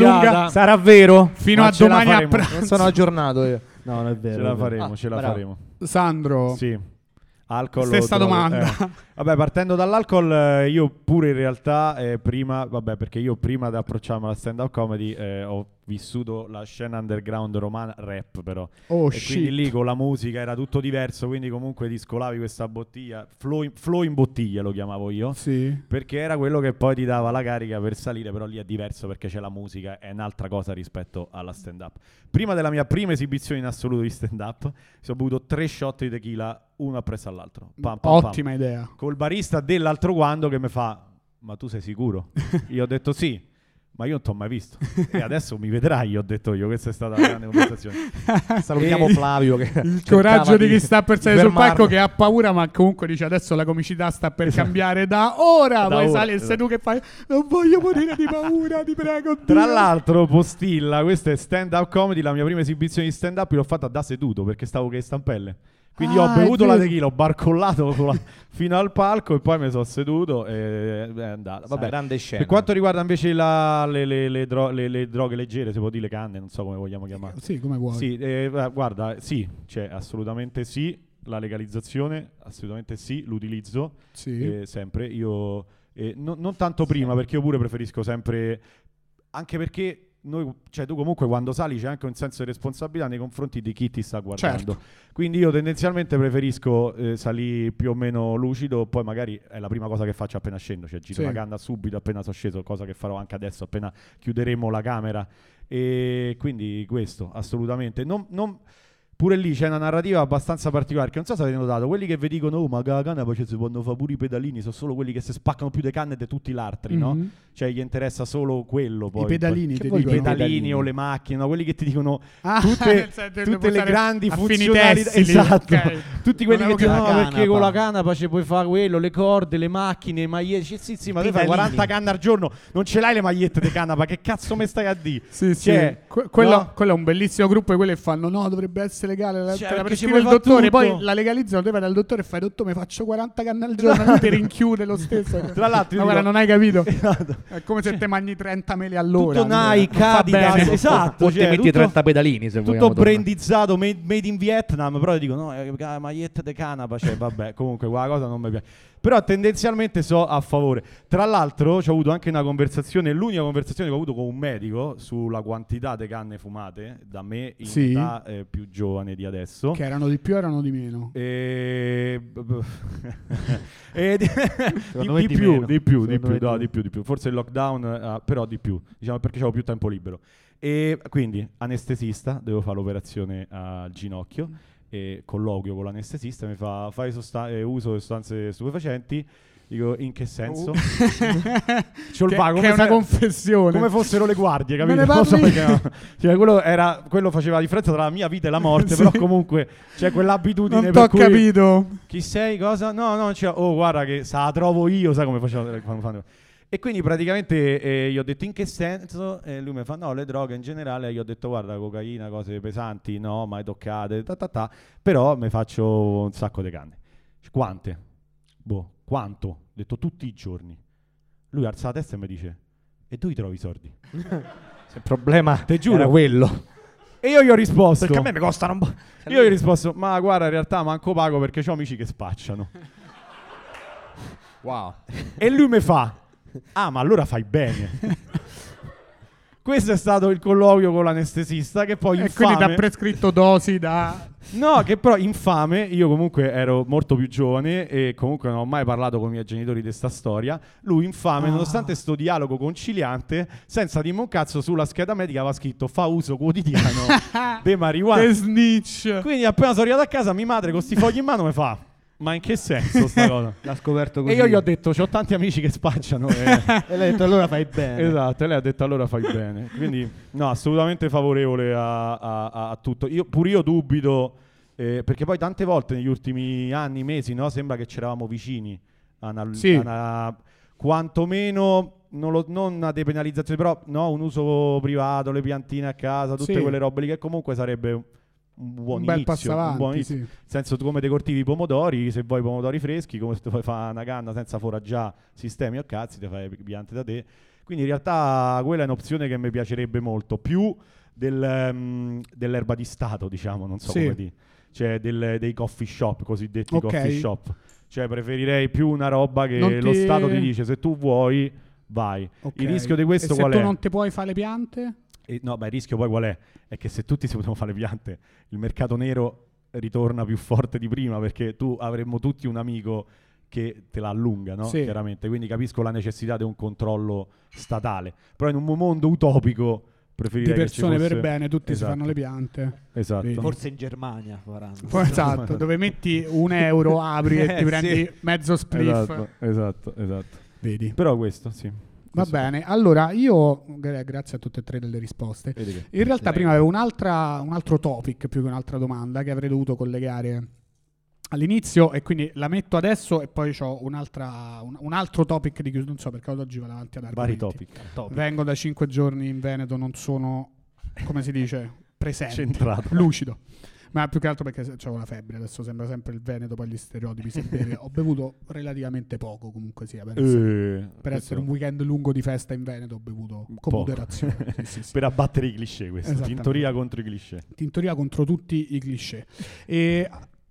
sarà vero fino a domani a pranzo. Non sono aggiornato io. No, non è vero. Ce la faremo. Sandro. Sì. Alcol, stessa domanda. Vabbè, partendo dall'alcol, io pure in realtà prima, perché io prima di approcciarmi alla stand-up comedy ho vissuto la scena underground romana, rap però. Quindi lì con la musica era tutto diverso, quindi comunque ti scolavi questa bottiglia, flow in bottiglia lo chiamavo io, perché era quello che poi ti dava la carica per salire, però lì è diverso perché c'è la musica, è un'altra cosa rispetto alla stand-up. Prima della mia prima esibizione in assoluto di stand-up, mi sono bevuto 3 shot di tequila, uno appresso all'altro. Ottima idea. Col barista dell'altro quando che mi fa: ma tu sei sicuro? Io ho detto sì, ma io non ti ho mai visto e adesso mi vedrai, ho detto io. Questa è stata una grande conversazione. Salutiamo Flavio che il coraggio di chi sta per salire sul palco, che ha paura ma comunque dice adesso la comicità sta per cambiare da ora, poi sale e sei tu che fai non voglio morire di paura, ti prego Dio. Tra l'altro postilla, questa è stand up comedy, la mia prima esibizione di stand up l'ho fatta da seduto perché stavo che stampelle. Quindi ho bevuto la tequila, ho barcollato fino al palco e poi mi sono seduto e è andata. Vabbè, grande scena. Per quanto riguarda invece le droghe leggere, si può dire le canne, non so come vogliamo chiamare. Sì, come vuoi. Sì, guarda, sì, c'è assolutamente sì, la legalizzazione, assolutamente sì, l'utilizzo, sempre. Io non tanto prima, perché io pure preferisco sempre, anche perché tu comunque quando sali c'è anche un senso di responsabilità nei confronti di chi ti sta guardando. Quindi io tendenzialmente preferisco salire più o meno lucido, poi magari è la prima cosa che faccio appena scendo, cioè giro la canna subito appena sono sceso, cosa che farò anche adesso appena chiuderemo la camera, e quindi questo assolutamente pure lì c'è una narrativa abbastanza particolare, che non so se avete notato, quelli che vi dicono ma la canna poi si possono fare pure i pedalini, sono solo quelli che si spaccano più le canne di tutti gli altri, no? cioè gli interessa solo quello. Poi, I pedalini, i pedalini o le macchine, no? Quelli che ti dicono tutte le grandi funzionalità. Esatto. Okay. Tutti quelli che ti dicono perché con la canapa ci puoi fare quello, le corde, le macchine, magliette. Sì, ma tu fai 40 canne al giorno, non ce l'hai le magliette di canapa, che cazzo me stai a dire? Sì, cioè, quello è un bellissimo gruppo di quelli che fanno no, dovrebbe essere legale, la prescrive il dottore, poi la legalizzano, te vai dal dottore e fai dottore, mi faccio 40 canne al giorno, lui ti rinchiude lo stesso. Tra l'altro, ma guarda, non hai capito. È come se te mangi 30 mele all'ora. Tutto Nike, Adidas, esatto. O ti metti 30 pedalini, se tutto brandizzato, made in Vietnam, però ti dico no, maglietta de canapa, cioè vabbè, comunque quella cosa non mi piace. Però tendenzialmente so a favore. Tra l'altro ho avuto anche una conversazione, l'unica conversazione che ho avuto con un medico sulla quantità di canne fumate da me in età più giovane di adesso. Che erano di più o erano di meno? Di più. Forse il lockdown, però di più, diciamo, perché avevo più tempo libero. E quindi anestesista, devo fare l'operazione al ginocchio. E colloquio con l'anestesista, mi fa fai uso di sostanze stupefacenti. Dico in che senso? Che è una confessione, come fossero le guardie, capito? Non so perché, cioè, quello faceva la differenza tra la mia vita e la morte. Però comunque c'è quell'abitudine non per cui capito chi sei, cosa? No, cioè, oh guarda che se la trovo io, sai come facevo quando fanno. E quindi praticamente gli ho detto in che senso, e lui mi fa no, le droghe in generale. Gli ho detto guarda, cocaina, cose pesanti, no, mai toccate, però mi faccio un sacco di canne. Quante? Quanto? Ho detto tutti i giorni. Lui alza la testa e mi dice e dove trovi i soldi? Il problema te giuro era quello. E io gli ho risposto, perché a me mi costano un po'. Io gli ho risposto ma guarda, in realtà manco pago perché ho amici che spacciano. Wow. E lui mi fa ah, ma allora fai bene. Questo è stato il colloquio con l'anestesista, che poi infame. E quindi ti ha prescritto dosi da... No, che però infame, io comunque ero molto più giovane e comunque non ho mai parlato con i miei genitori di sta storia. Lui infame, nonostante sto dialogo conciliante, senza dirmi un cazzo, sulla scheda medica aveva scritto fa uso quotidiano di marijuana. Che snitch. Quindi appena sono arrivato a casa, mia madre con sti fogli in mano mi fa ma in che senso sta cosa? L'ha scoperto così. E io gli ho detto c'ho tanti amici che spacciano e lei ha detto allora fai bene. Esatto, e lei ha detto allora fai bene. Quindi no, assolutamente favorevole a tutto. Pure io dubito perché poi tante volte negli ultimi anni, mesi, no, sembra che c'eravamo vicini quantomeno non una depenalizzazione, però no, un uso privato, le piantine a casa, tutte quelle robe lì, che comunque sarebbe un buon bel inizio, passo avanti, un buon inizio. Nel senso, tu come decortivi i pomodori, se vuoi pomodori freschi, come se tu fai fare una canna senza foraggiare sistemi o cazzi, ti fai piante da te. Quindi in realtà quella è un'opzione che mi piacerebbe molto, più dell'erba di stato, diciamo, non so come dire. Cioè dei coffee shop, cosiddetti coffee shop. Cioè preferirei più una roba che lo Stato ti dice se tu vuoi, vai. Il rischio di questo qual è? Se tu non ti puoi fare le piante? No, il rischio poi qual è? È che se tutti si potevano fare le piante, il mercato nero ritorna più forte di prima, perché avremmo tutti un amico che te la allunga, no? Chiaramente. Quindi capisco la necessità di un controllo statale. Però in un mondo utopico preferirei di persone che ci fosse... per bene, tutti si fanno le piante. Esatto. Vedi. Forse in Germania faranno. Esatto, dove metti €1, apri e ti prendi mezzo spliff. Esatto. Vedi. Però questo, sì. Va bene, allora io grazie a tutte e tre delle risposte. In realtà prima avevo un altro topic più che un'altra domanda che avrei dovuto collegare all'inizio e quindi la metto adesso e poi ho un altro topic di chiusura, non so perché oggi vado avanti ad argomenti. Vari topic. Vengo da 5 giorni in Veneto, non sono, come si dice, presente, centrato, lucido. Ma più che altro perché c'ho la febbre, adesso sembra sempre il Veneto, poi gli stereotipi si beve. Ho bevuto relativamente poco comunque sia, per essere un weekend lungo di festa in Veneto ho bevuto con moderazione. Sì. Per abbattere i cliché questo, tintoria contro i cliché. Tintoria contro tutti i cliché. E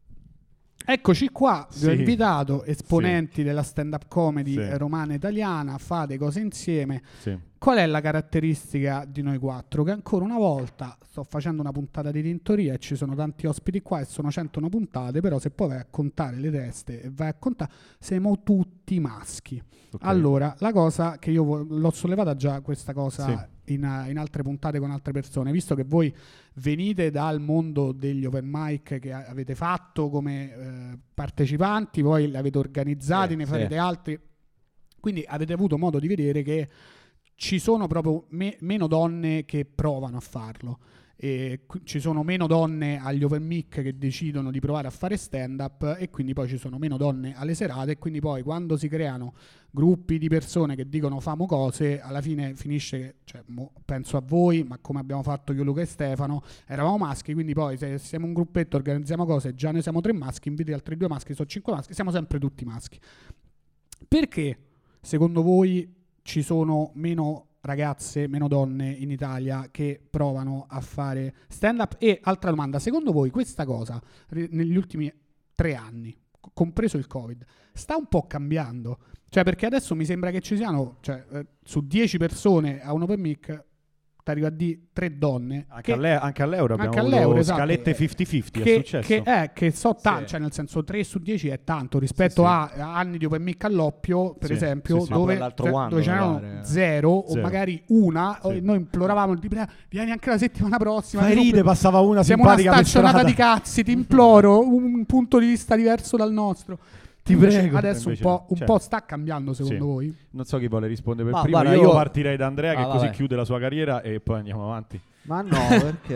eccoci qua, vi ho invitato esponenti della stand-up comedy romana italiana, fate cose insieme. Qual è la caratteristica di noi quattro? Che ancora una volta sto facendo una puntata di tintoria e ci sono tanti ospiti qua e sono 101 puntate, però se poi vai a contare le teste e vai a contare, siamo tutti maschi. Allora, la cosa che io l'ho sollevata già questa cosa in altre puntate con altre persone, visto che voi venite dal mondo degli open mic che avete fatto come partecipanti, voi li avete organizzati, ne farete altri Quindi avete avuto modo di vedere che ci sono proprio meno donne che provano a farlo. E ci sono meno donne agli open mic che decidono di provare a fare stand up, e quindi poi ci sono meno donne alle serate, e quindi poi quando si creano gruppi di persone che dicono famo cose, alla fine finisce che, cioè, penso a voi, ma come abbiamo fatto io, Luca e Stefano, eravamo maschi, quindi poi se siamo un gruppetto, organizziamo cose, già noi siamo 3 maschi, inviti altri 2 maschi, sono 5 maschi, siamo sempre tutti maschi. Perché secondo voi ci sono meno ragazze, meno donne in Italia che provano a fare stand up? E altra domanda, secondo voi questa cosa negli ultimi 3 anni, compreso il Covid, sta un po' cambiando? Cioè, perché adesso mi sembra che ci siano, cioè, su 10 persone a un open mic arriva di 3 donne. Anche all'Euro abbiamo avuto scalette 50-50, è successo. Che so tanto, cioè nel senso 3 su 10 è tanto rispetto a anni di open mic all'oppio, per esempio, dove c'erano 0 o magari una, e noi imploravamo di vieni anche la settimana prossima. Fai ride, passava una siamo simpatica una staccionata di cazzi, ti imploro, un punto di vista diverso dal nostro. Ti prego. Adesso invece, un po' sta cambiando secondo voi? Non so chi vuole rispondere per primo. Guarda, io partirei da Andrea, che così chiude la sua carriera, e poi andiamo avanti. Ma no, perché?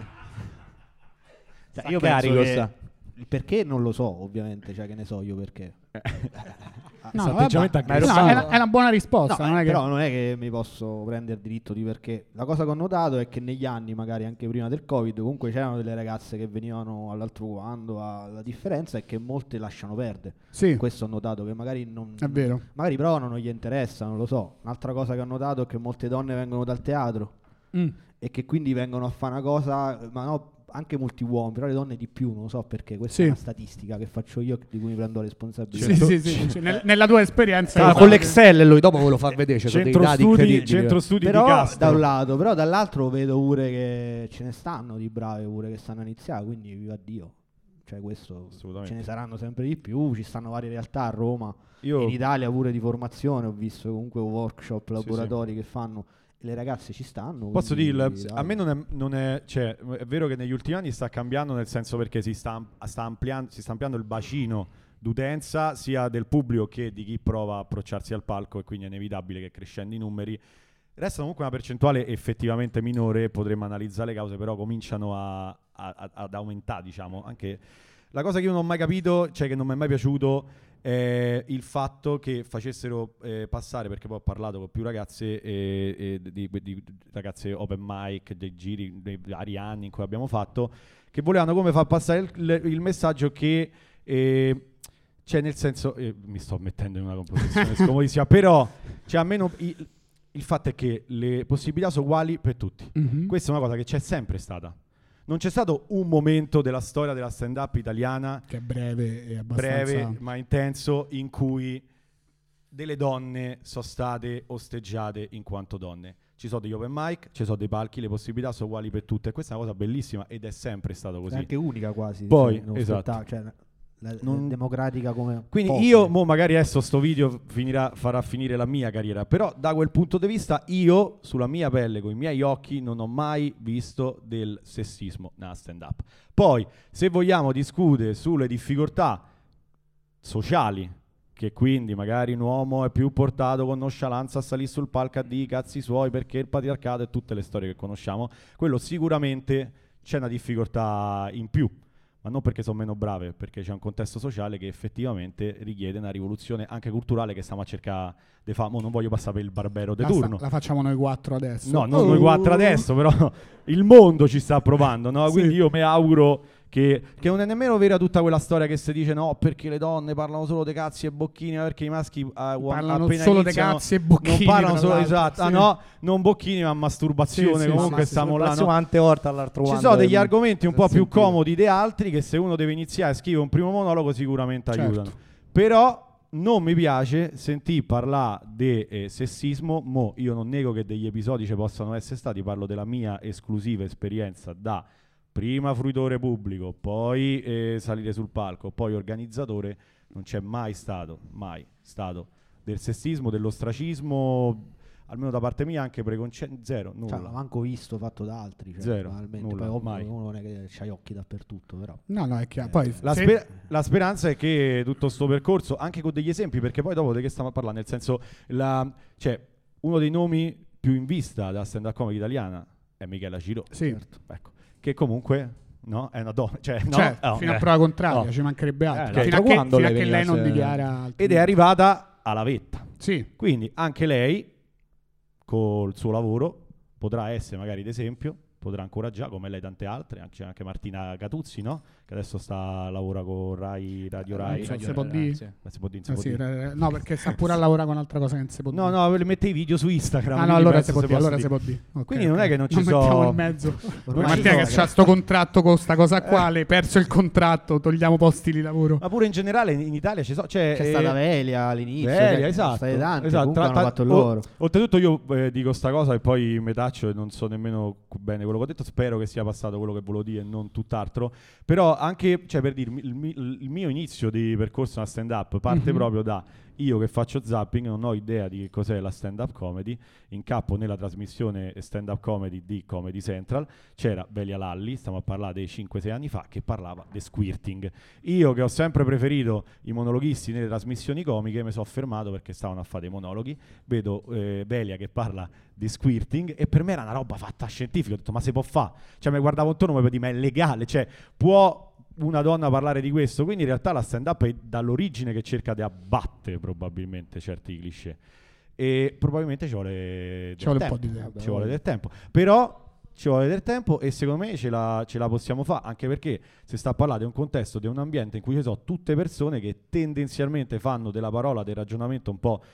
Io penso che il perché non lo so, ovviamente, cioè che ne so io perché. No, è una buona risposta. No, non è che... Però non è che mi posso prendere diritto di perché. La cosa che ho notato è che negli anni, magari anche prima del Covid, comunque c'erano delle ragazze che venivano all'altro quando. La differenza è che molte lasciano perdere. Sì. Questo ho notato, che magari non è vero. Magari provano, non gli interessa, non lo so. Un'altra cosa che ho notato è che molte donne vengono dal teatro e che quindi vengono a fare una cosa, ma no, anche molti uomini, però le donne di più, non lo so perché, questa è una statistica che faccio io, di cui mi prendo la responsabilità. Sì. Nella tua esperienza con l'Excel lui dopo ve lo fa vedere, c'è dei dati incredibili. Centro studi però di Castro. Da un lato, però dall'altro vedo pure che ce ne stanno di brave pure che stanno a iniziare, quindi viva Dio. Cioè questo ce ne saranno sempre di più, ci stanno varie realtà a Roma, in Italia pure di formazione, ho visto comunque workshop, laboratori che fanno. Le ragazze ci stanno. Posso dirlo, a me non è, cioè, è vero che negli ultimi anni sta cambiando, nel senso perché si sta ampliando il bacino d'utenza sia del pubblico che di chi prova a approcciarsi al palco, e quindi è inevitabile che crescendo i numeri resta comunque una percentuale effettivamente minore. Potremmo analizzare le cause, però cominciano ad aumentare, diciamo. Anche la cosa che io non ho mai capito, cioè che non mi è mai piaciuto, il fatto che facessero passare, perché poi ho parlato con più ragazze di ragazze open mic, dei giri, dei vari anni in cui abbiamo fatto, che volevano come far passare il messaggio che cioè nel senso mi sto mettendo in una composizione scomodissima, però cioè almeno il fatto è che le possibilità sono uguali per tutti. Questa è una cosa che c'è sempre stata. Non c'è stato un momento della storia della stand-up italiana, che è breve e abbastanza ma intenso, in cui delle donne sono state osteggiate in quanto donne. Ci sono degli open mic, ci sono dei palchi, le possibilità sono uguali per tutte. Questa è una cosa bellissima ed è sempre stato così. È anche unica quasi. Poi, esatto. Cioè, democratica come quindi poche. Io magari adesso sto video farà finire la mia carriera, però da quel punto di vista io sulla mia pelle, con i miei occhi, non ho mai visto del sessismo nella stand up. Poi se vogliamo discutere sulle difficoltà sociali, che quindi magari un uomo è più portato con nonchalance a salire sul palco a dire i cazzi suoi perché il patriarcato e tutte le storie che conosciamo, quello sicuramente c'è una difficoltà in più. Ma non perché sono meno brave, perché c'è un contesto sociale che effettivamente richiede una rivoluzione anche culturale che stiamo a cercare di fare. Non voglio passare per il barbero de turno. La facciamo noi 4 adesso. No, non noi 4 adesso, però il mondo ci sta provando, no? Quindi io mi auguro che non è nemmeno vera tutta quella storia che si dice no, perché le donne parlano solo dei cazzi e bocchini, perché i maschi parlano solo dei cazzi e bocchini. Non parlano solo, esatto, no, non bocchini ma masturbazione, comunque stiamo là, no? Ci sono degli argomenti un po' più comodi di altri che se uno deve iniziare a scrivere un primo monologo sicuramente aiutano. Però non mi piace sentire parlare di sessismo. Io non nego che degli episodi ci possano essere stati, parlo della mia esclusiva esperienza da prima fruitore pubblico, poi salire sul palco, poi organizzatore. Non c'è mai stato del sessismo, dell'ostracismo, almeno da parte mia, anche zero, nulla. Cioè, manco visto fatto da altri. Cioè, zero, nulla, poi mai. uno non è che c'ha gli occhi dappertutto, però. No, è chiaro. Poi, la speranza è che tutto sto percorso, anche con degli esempi, perché poi dopo di che stiamo a parlare, nel senso, cioè, uno dei nomi più in vista della stand-up comedy italiana è Michela Ciro. Sì. Certo. Ecco, che comunque... No, è una donna, cioè, no? Fino a prova contraria, ci mancherebbe altro. Fino a che lei non dichiara altro. Ed è arrivata alla vetta. Sì. Quindi anche lei, col suo lavoro, potrà essere magari d'esempio, potrà incoraggiare, come lei tante altre, c'è anche Martina Catuzzi, no? Che adesso lavora con Radio Rai. Non si può dire. No, perché sta pure a lavorare con altra cosa che non si può dire. No, le mette i video su Instagram. Ah no, allora si può dire. Okay, quindi non è che non ci sono... mettiamo in mezzo. Mattia che c'ha sto contratto con sta cosa qua, le perso il contratto, togliamo posti di lavoro. Ma pure in generale in Italia c'è stata Velia all'inizio. Esatto. Tanti, hanno fatto loro. Oltretutto io dico sta cosa e poi mi taccio e non so nemmeno bene quello che ho detto. Spero che sia passato quello che volevo dire e non tutt'altro. Però anche, cioè, per dirmi, il mio inizio di percorso a stand up parte proprio da io che faccio zapping, non ho idea di che cos'è la stand up comedy, incappo nella trasmissione stand up comedy di Comedy Central, c'era Velia Lalli, stiamo a parlare dei 5-6 anni fa, che parlava di squirting. Io che ho sempre preferito i monologhisti nelle trasmissioni comiche mi sono fermato perché stavano a fare dei monologhi, vedo Velia che parla di squirting e per me era una roba fatta scientifica, ho detto ma si può fare? Cioè mi guardavo intorno e mi dicevo ma è legale, cioè può una donna parlare di questo? Quindi in realtà la stand up è dall'origine che cerca di abbattere probabilmente certi cliché e probabilmente ci vuole un po' di tempo. Ci vuole del tempo, però ci vuole del tempo e secondo me ce la possiamo fare, anche perché si sta a parlare di un contesto, di un ambiente in cui ci sono tutte persone che tendenzialmente fanno della parola, del ragionamento un po'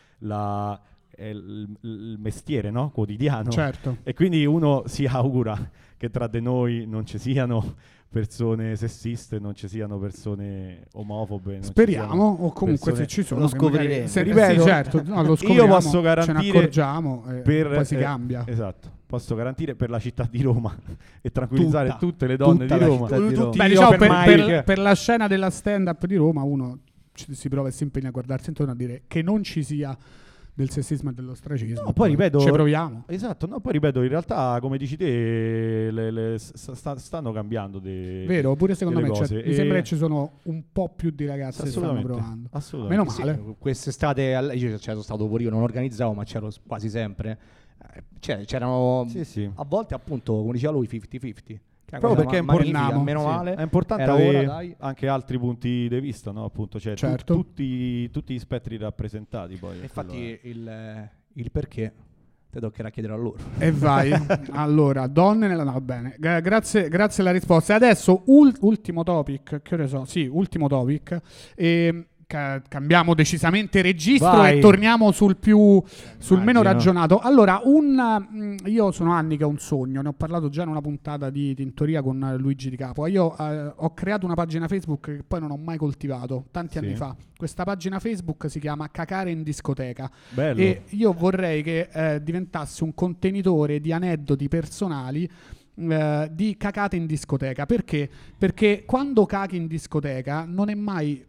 il mestiere, no? Quotidiano. Certo. E quindi uno si augura che tra di noi non ci siano persone sessiste, non ci siano persone omofobe. Speriamo, o comunque se ci sono lo scopriremo. Ripeto, certo, no, lo scopriamo, io posso garantire, ce ne accorgiamo e poi si cambia. Esatto, posso garantire per la città di Roma e tranquillizzare tutte le donne tutta di Roma. Beh, diciamo per la scena della stand-up di Roma uno si prova e si impegna a guardarsi intorno a dire che non ci sia del sessismo e dell'ostracismo. No, poi ripeto, ci proviamo. Esatto, no, poi ripeto, in realtà come dici te stanno cambiando vero, pure secondo me mi sembra che ci sono un po' più di ragazze che stanno provando. Assolutamente. Meno male. Sì, quest'estate io c'ero stato pure io, non organizzavo, ma c'ero quasi sempre. C'erano a volte appunto, come diceva lui, 50-50. Proprio perché è importante, meno male, è importante avere anche altri punti di vista, no? Appunto, cioè certo. tutti gli spettri rappresentati poi. Infatti il perché te toccherà chiedere a loro. E vai. Allora, donne nella... No, bene. Grazie alla risposta. Adesso ultimo topic, che ore so? Sì, ultimo topic. Cambiamo decisamente registro e torniamo sul meno ragionato. Allora, io sono anni che ho un sogno, ne ho parlato già in una puntata di Tintoria con Luigi Di Capo. Io ho creato una pagina Facebook che poi non ho mai coltivato, tanti anni fa. Questa pagina Facebook si chiama Cacare in discoteca. Bello. E io vorrei che diventasse un contenitore di aneddoti personali di cacate in discoteca. Perché? Perché quando cacchi in discoteca non è mai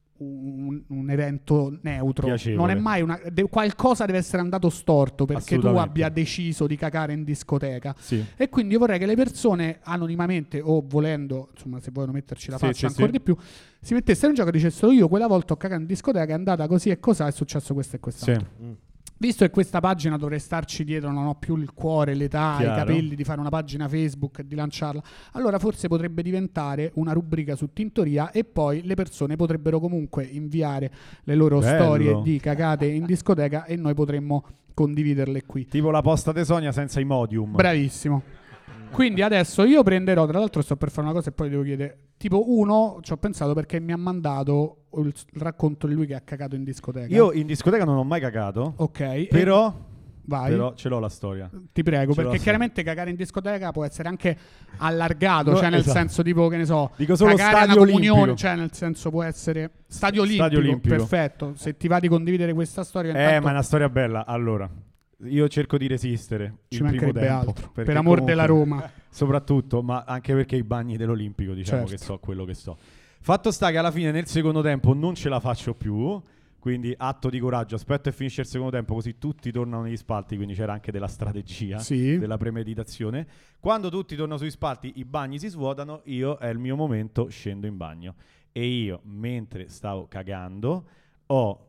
un evento neutro, piacevole. Non è mai qualcosa deve essere andato storto perché tu abbia deciso di cacare in discoteca, e quindi io vorrei che le persone anonimamente o volendo, insomma, se vogliono metterci la faccia ancora di più, si mettessero in gioco e dicessero io quella volta ho cacato in discoteca, è andata così e cos'ha, è successo questo e quest'altro. Visto che questa pagina dovrei starci dietro, non ho più il cuore, l'età, i capelli di fare una pagina Facebook e di lanciarla, allora forse potrebbe diventare una rubrica su Tintoria e poi le persone potrebbero comunque inviare le loro storie di cagate in discoteca e noi potremmo condividerle qui. Tipo la posta di Sonia senza Imodium. Bravissimo. Quindi adesso io prenderò, tra l'altro sto per fare una cosa e poi devo chiedere, tipo uno ci ho pensato perché mi ha mandato il racconto di lui che ha cagato in discoteca. Io in discoteca non ho mai cagato. Ok. Però vai. Però ce l'ho la storia. Ti prego, perché chiaramente cagare in discoteca può essere anche allargato, cioè nel senso tipo, che ne so, dico solo cagare stadio una comunione, olimpico. cioè nel senso può essere stadio olimpico. Perfetto. Se ti va di condividere questa storia ma è una storia bella. Allora, io cerco di resistere ci il primo tempo altro per amor della Roma soprattutto, ma anche perché i bagni dell'Olimpico, diciamo, che so quello che so. Fatto sta che alla fine nel secondo tempo non ce la faccio più, Quindi atto di coraggio, aspetto e finisce il secondo tempo, così tutti tornano negli spalti, quindi c'era anche della strategia, della premeditazione. Quando tutti tornano sugli spalti, i bagni si svuotano, è il mio momento, scendo in bagno. E io, mentre stavo cagando, ho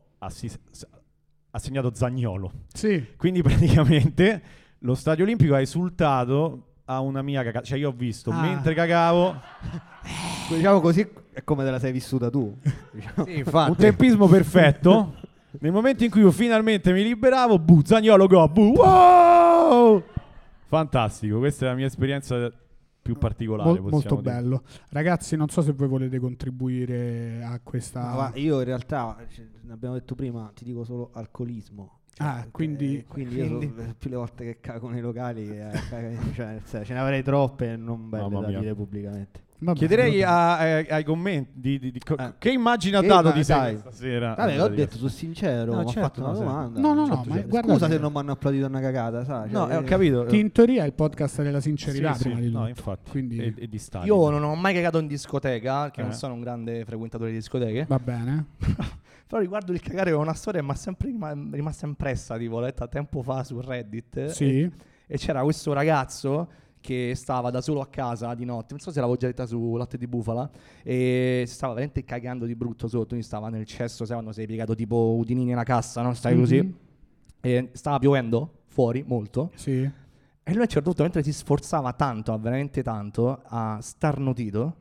assegnato Zaniolo. Sì. Quindi praticamente lo Stadio Olimpico ha esultato a una mia cagata. Cioè io ho visto, mentre cagavo... Diciamo così è come te la sei vissuta tu. Diciamo. Sì, infatti. Un tempismo perfetto. Nel momento in cui io finalmente mi liberavo, Zaniolo go, wow! Fantastico, questa è la mia esperienza più particolare. Molto bello. Ragazzi, non so se voi volete contribuire a questa... io in realtà, ne abbiamo detto prima, ti dico solo alcolismo. Quindi io più le volte che cago nei locali ce ne avrei troppe, non belle da dire pubblicamente. Chiederei ai commenti che immagine ha dato di te stasera. Vabbè, ho detto, sono sincero, mi ha fatto una domanda. No, ma guarda, scusa se non mi hanno applaudito una cagata, sai? No, ho capito. Tintoria è il podcast della sincerità, prima di tutto. No, infatti. Quindi... e di Stalin. Io non ho mai cagato in discoteca, che non sono un grande frequentatore di discoteche. Va bene. Però riguardo il cagare è una storia che mi è sempre rimasta impressa, tipo, l'ho letta tempo fa su Reddit. Sì. E c'era questo ragazzo che stava da solo a casa di notte, non so se l'avevo già detta su Latte di Bufala, e stava veramente cagando di brutto sotto, quindi stava nel cesso, sai quando sei piegato tipo Udinini nella cassa, no? Stai così. E stava piovendo fuori molto. Sì. E lui a un certo punto, mentre si sforzava tanto, veramente tanto, ha starnutito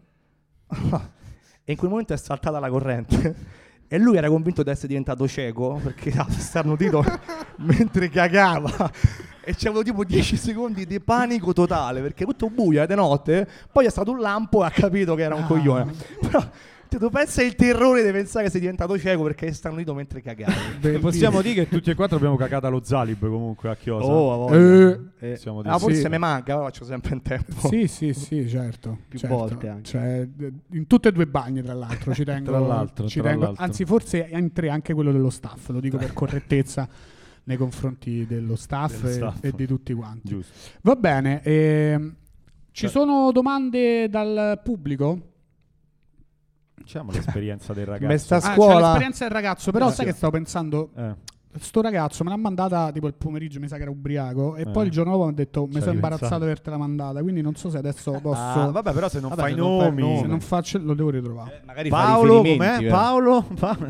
e in quel momento è saltata la corrente. E lui era convinto di essere diventato cieco perché ha starnutito mentre cagava. E c'avevo tipo 10 secondi di panico totale perché tutto buio, di notte. Poi è stato un lampo e ha capito che era un coglione. Però tu pensa il terrore di pensare che sei diventato cieco perché hai starnutito mentre cagavi. Possiamo dire che tutti e quattro abbiamo cagato allo Zalib comunque a Chiosa. Forse mi manca, lo faccio sempre in tempo. Sì, certo. Più volte anche. Cioè, in tutte e due bagni, tra l'altro, ci tengo. Tra l'altro. Anzi, forse in tre anche quello dello staff, lo dico per correttezza nei confronti dello staff e di tutti quanti. Giusto. Va bene, ci sono domande dal pubblico? Diciamo l'esperienza del ragazzo. Sta scuola. C'è l'esperienza del ragazzo, però sai che stavo pensando... Sto ragazzo me l'ha mandata tipo il pomeriggio, mi sa che era ubriaco, e poi il giorno dopo mi ha detto mi sono imbarazzato di avertela mandata, quindi non so se adesso posso... vabbè, però se non fai nomi... Se non faccio, lo devo ritrovare. Magari Paolo, com'è? Paolo?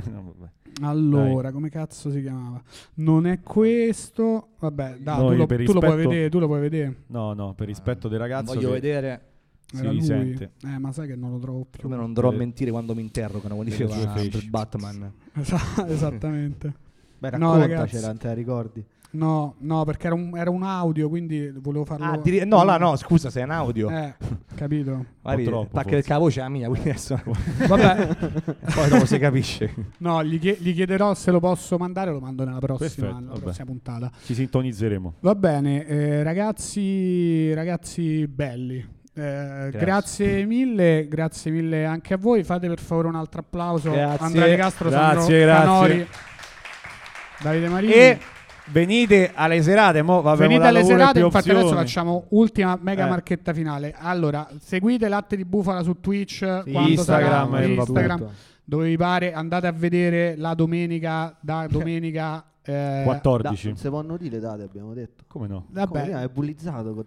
Allora, come cazzo si chiamava? Non è questo. Vabbè, dai, tu lo puoi vedere. No, per rispetto dei ragazzi. Voglio vedere. Si risente. Ma sai che non lo trovo più. Come non dovrò mentire quando mi interrogano, come diceva il Batman. Esattamente. Beh, raccontacela, non te la ricordi? No, perché era un audio, quindi volevo farlo. No, scusa, sei un audio. Capito? Perché la voce è la mia, quindi adesso... Vabbè. Poi dopo si capisce. No, gli chiederò se lo posso mandare, lo mando nella prossima puntata. Ci sintonizzeremo. Va bene, ragazzi belli. Grazie mille anche a voi. Fate per favore un altro applauso. Andrea De Castro, Sandro Canori, Davide Marini. E venite alle serate, venite alle serate, infatti adesso facciamo ultima mega marchetta finale. Allora, seguite Latte di Bufala su Twitch, Instagram, dove vi pare, andate a vedere la domenica, da domenica 14. Non si possono dire le date, abbiamo detto. Come no? Vabbè, è bullizzato.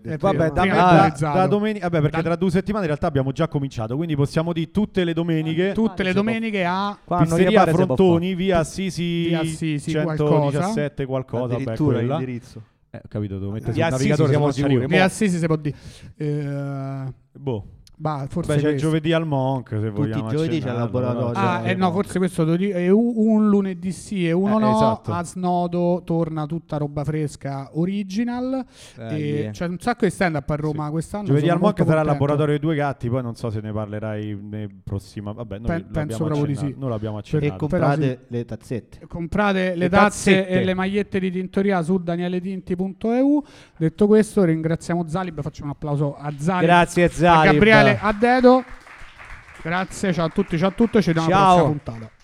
Da domenica, perché tra 2 settimane in realtà abbiamo già cominciato, quindi possiamo dire tutte le domeniche. Tutte le domeniche a Pizzeria Frontoni, via Assisi 117 qualcosa. Addirittura l'indirizzo. Ho capito, devo mettere sul navigatore, siamo sicuri. Via Assisi si può dire. Forse c'è giovedì al Monk, se tutti vogliamo. Tutti i giovedì c'è il laboratorio. No, forse questo è un lunedì sì e uno no. Esatto. A Snodo torna tutta roba fresca original. C'è un sacco di stand up a Roma quest'anno. Giovedì al Monk sarà il laboratorio dei due gatti. Poi non so se ne parlerai nel prossima. Vabbè, noi penso proprio di sì. Noi l'abbiamo accennato. E comprate le tazzette. Comprate le tazze e le magliette di Tintoria su danieletinti.eu. Detto questo, ringraziamo Zalib. Facciamo un applauso a Zalib. Grazie Zalib. A Gabriele, a Dedo. Grazie, ciao a tutti, ciao a tutte. Ci vediamo alla prossima puntata.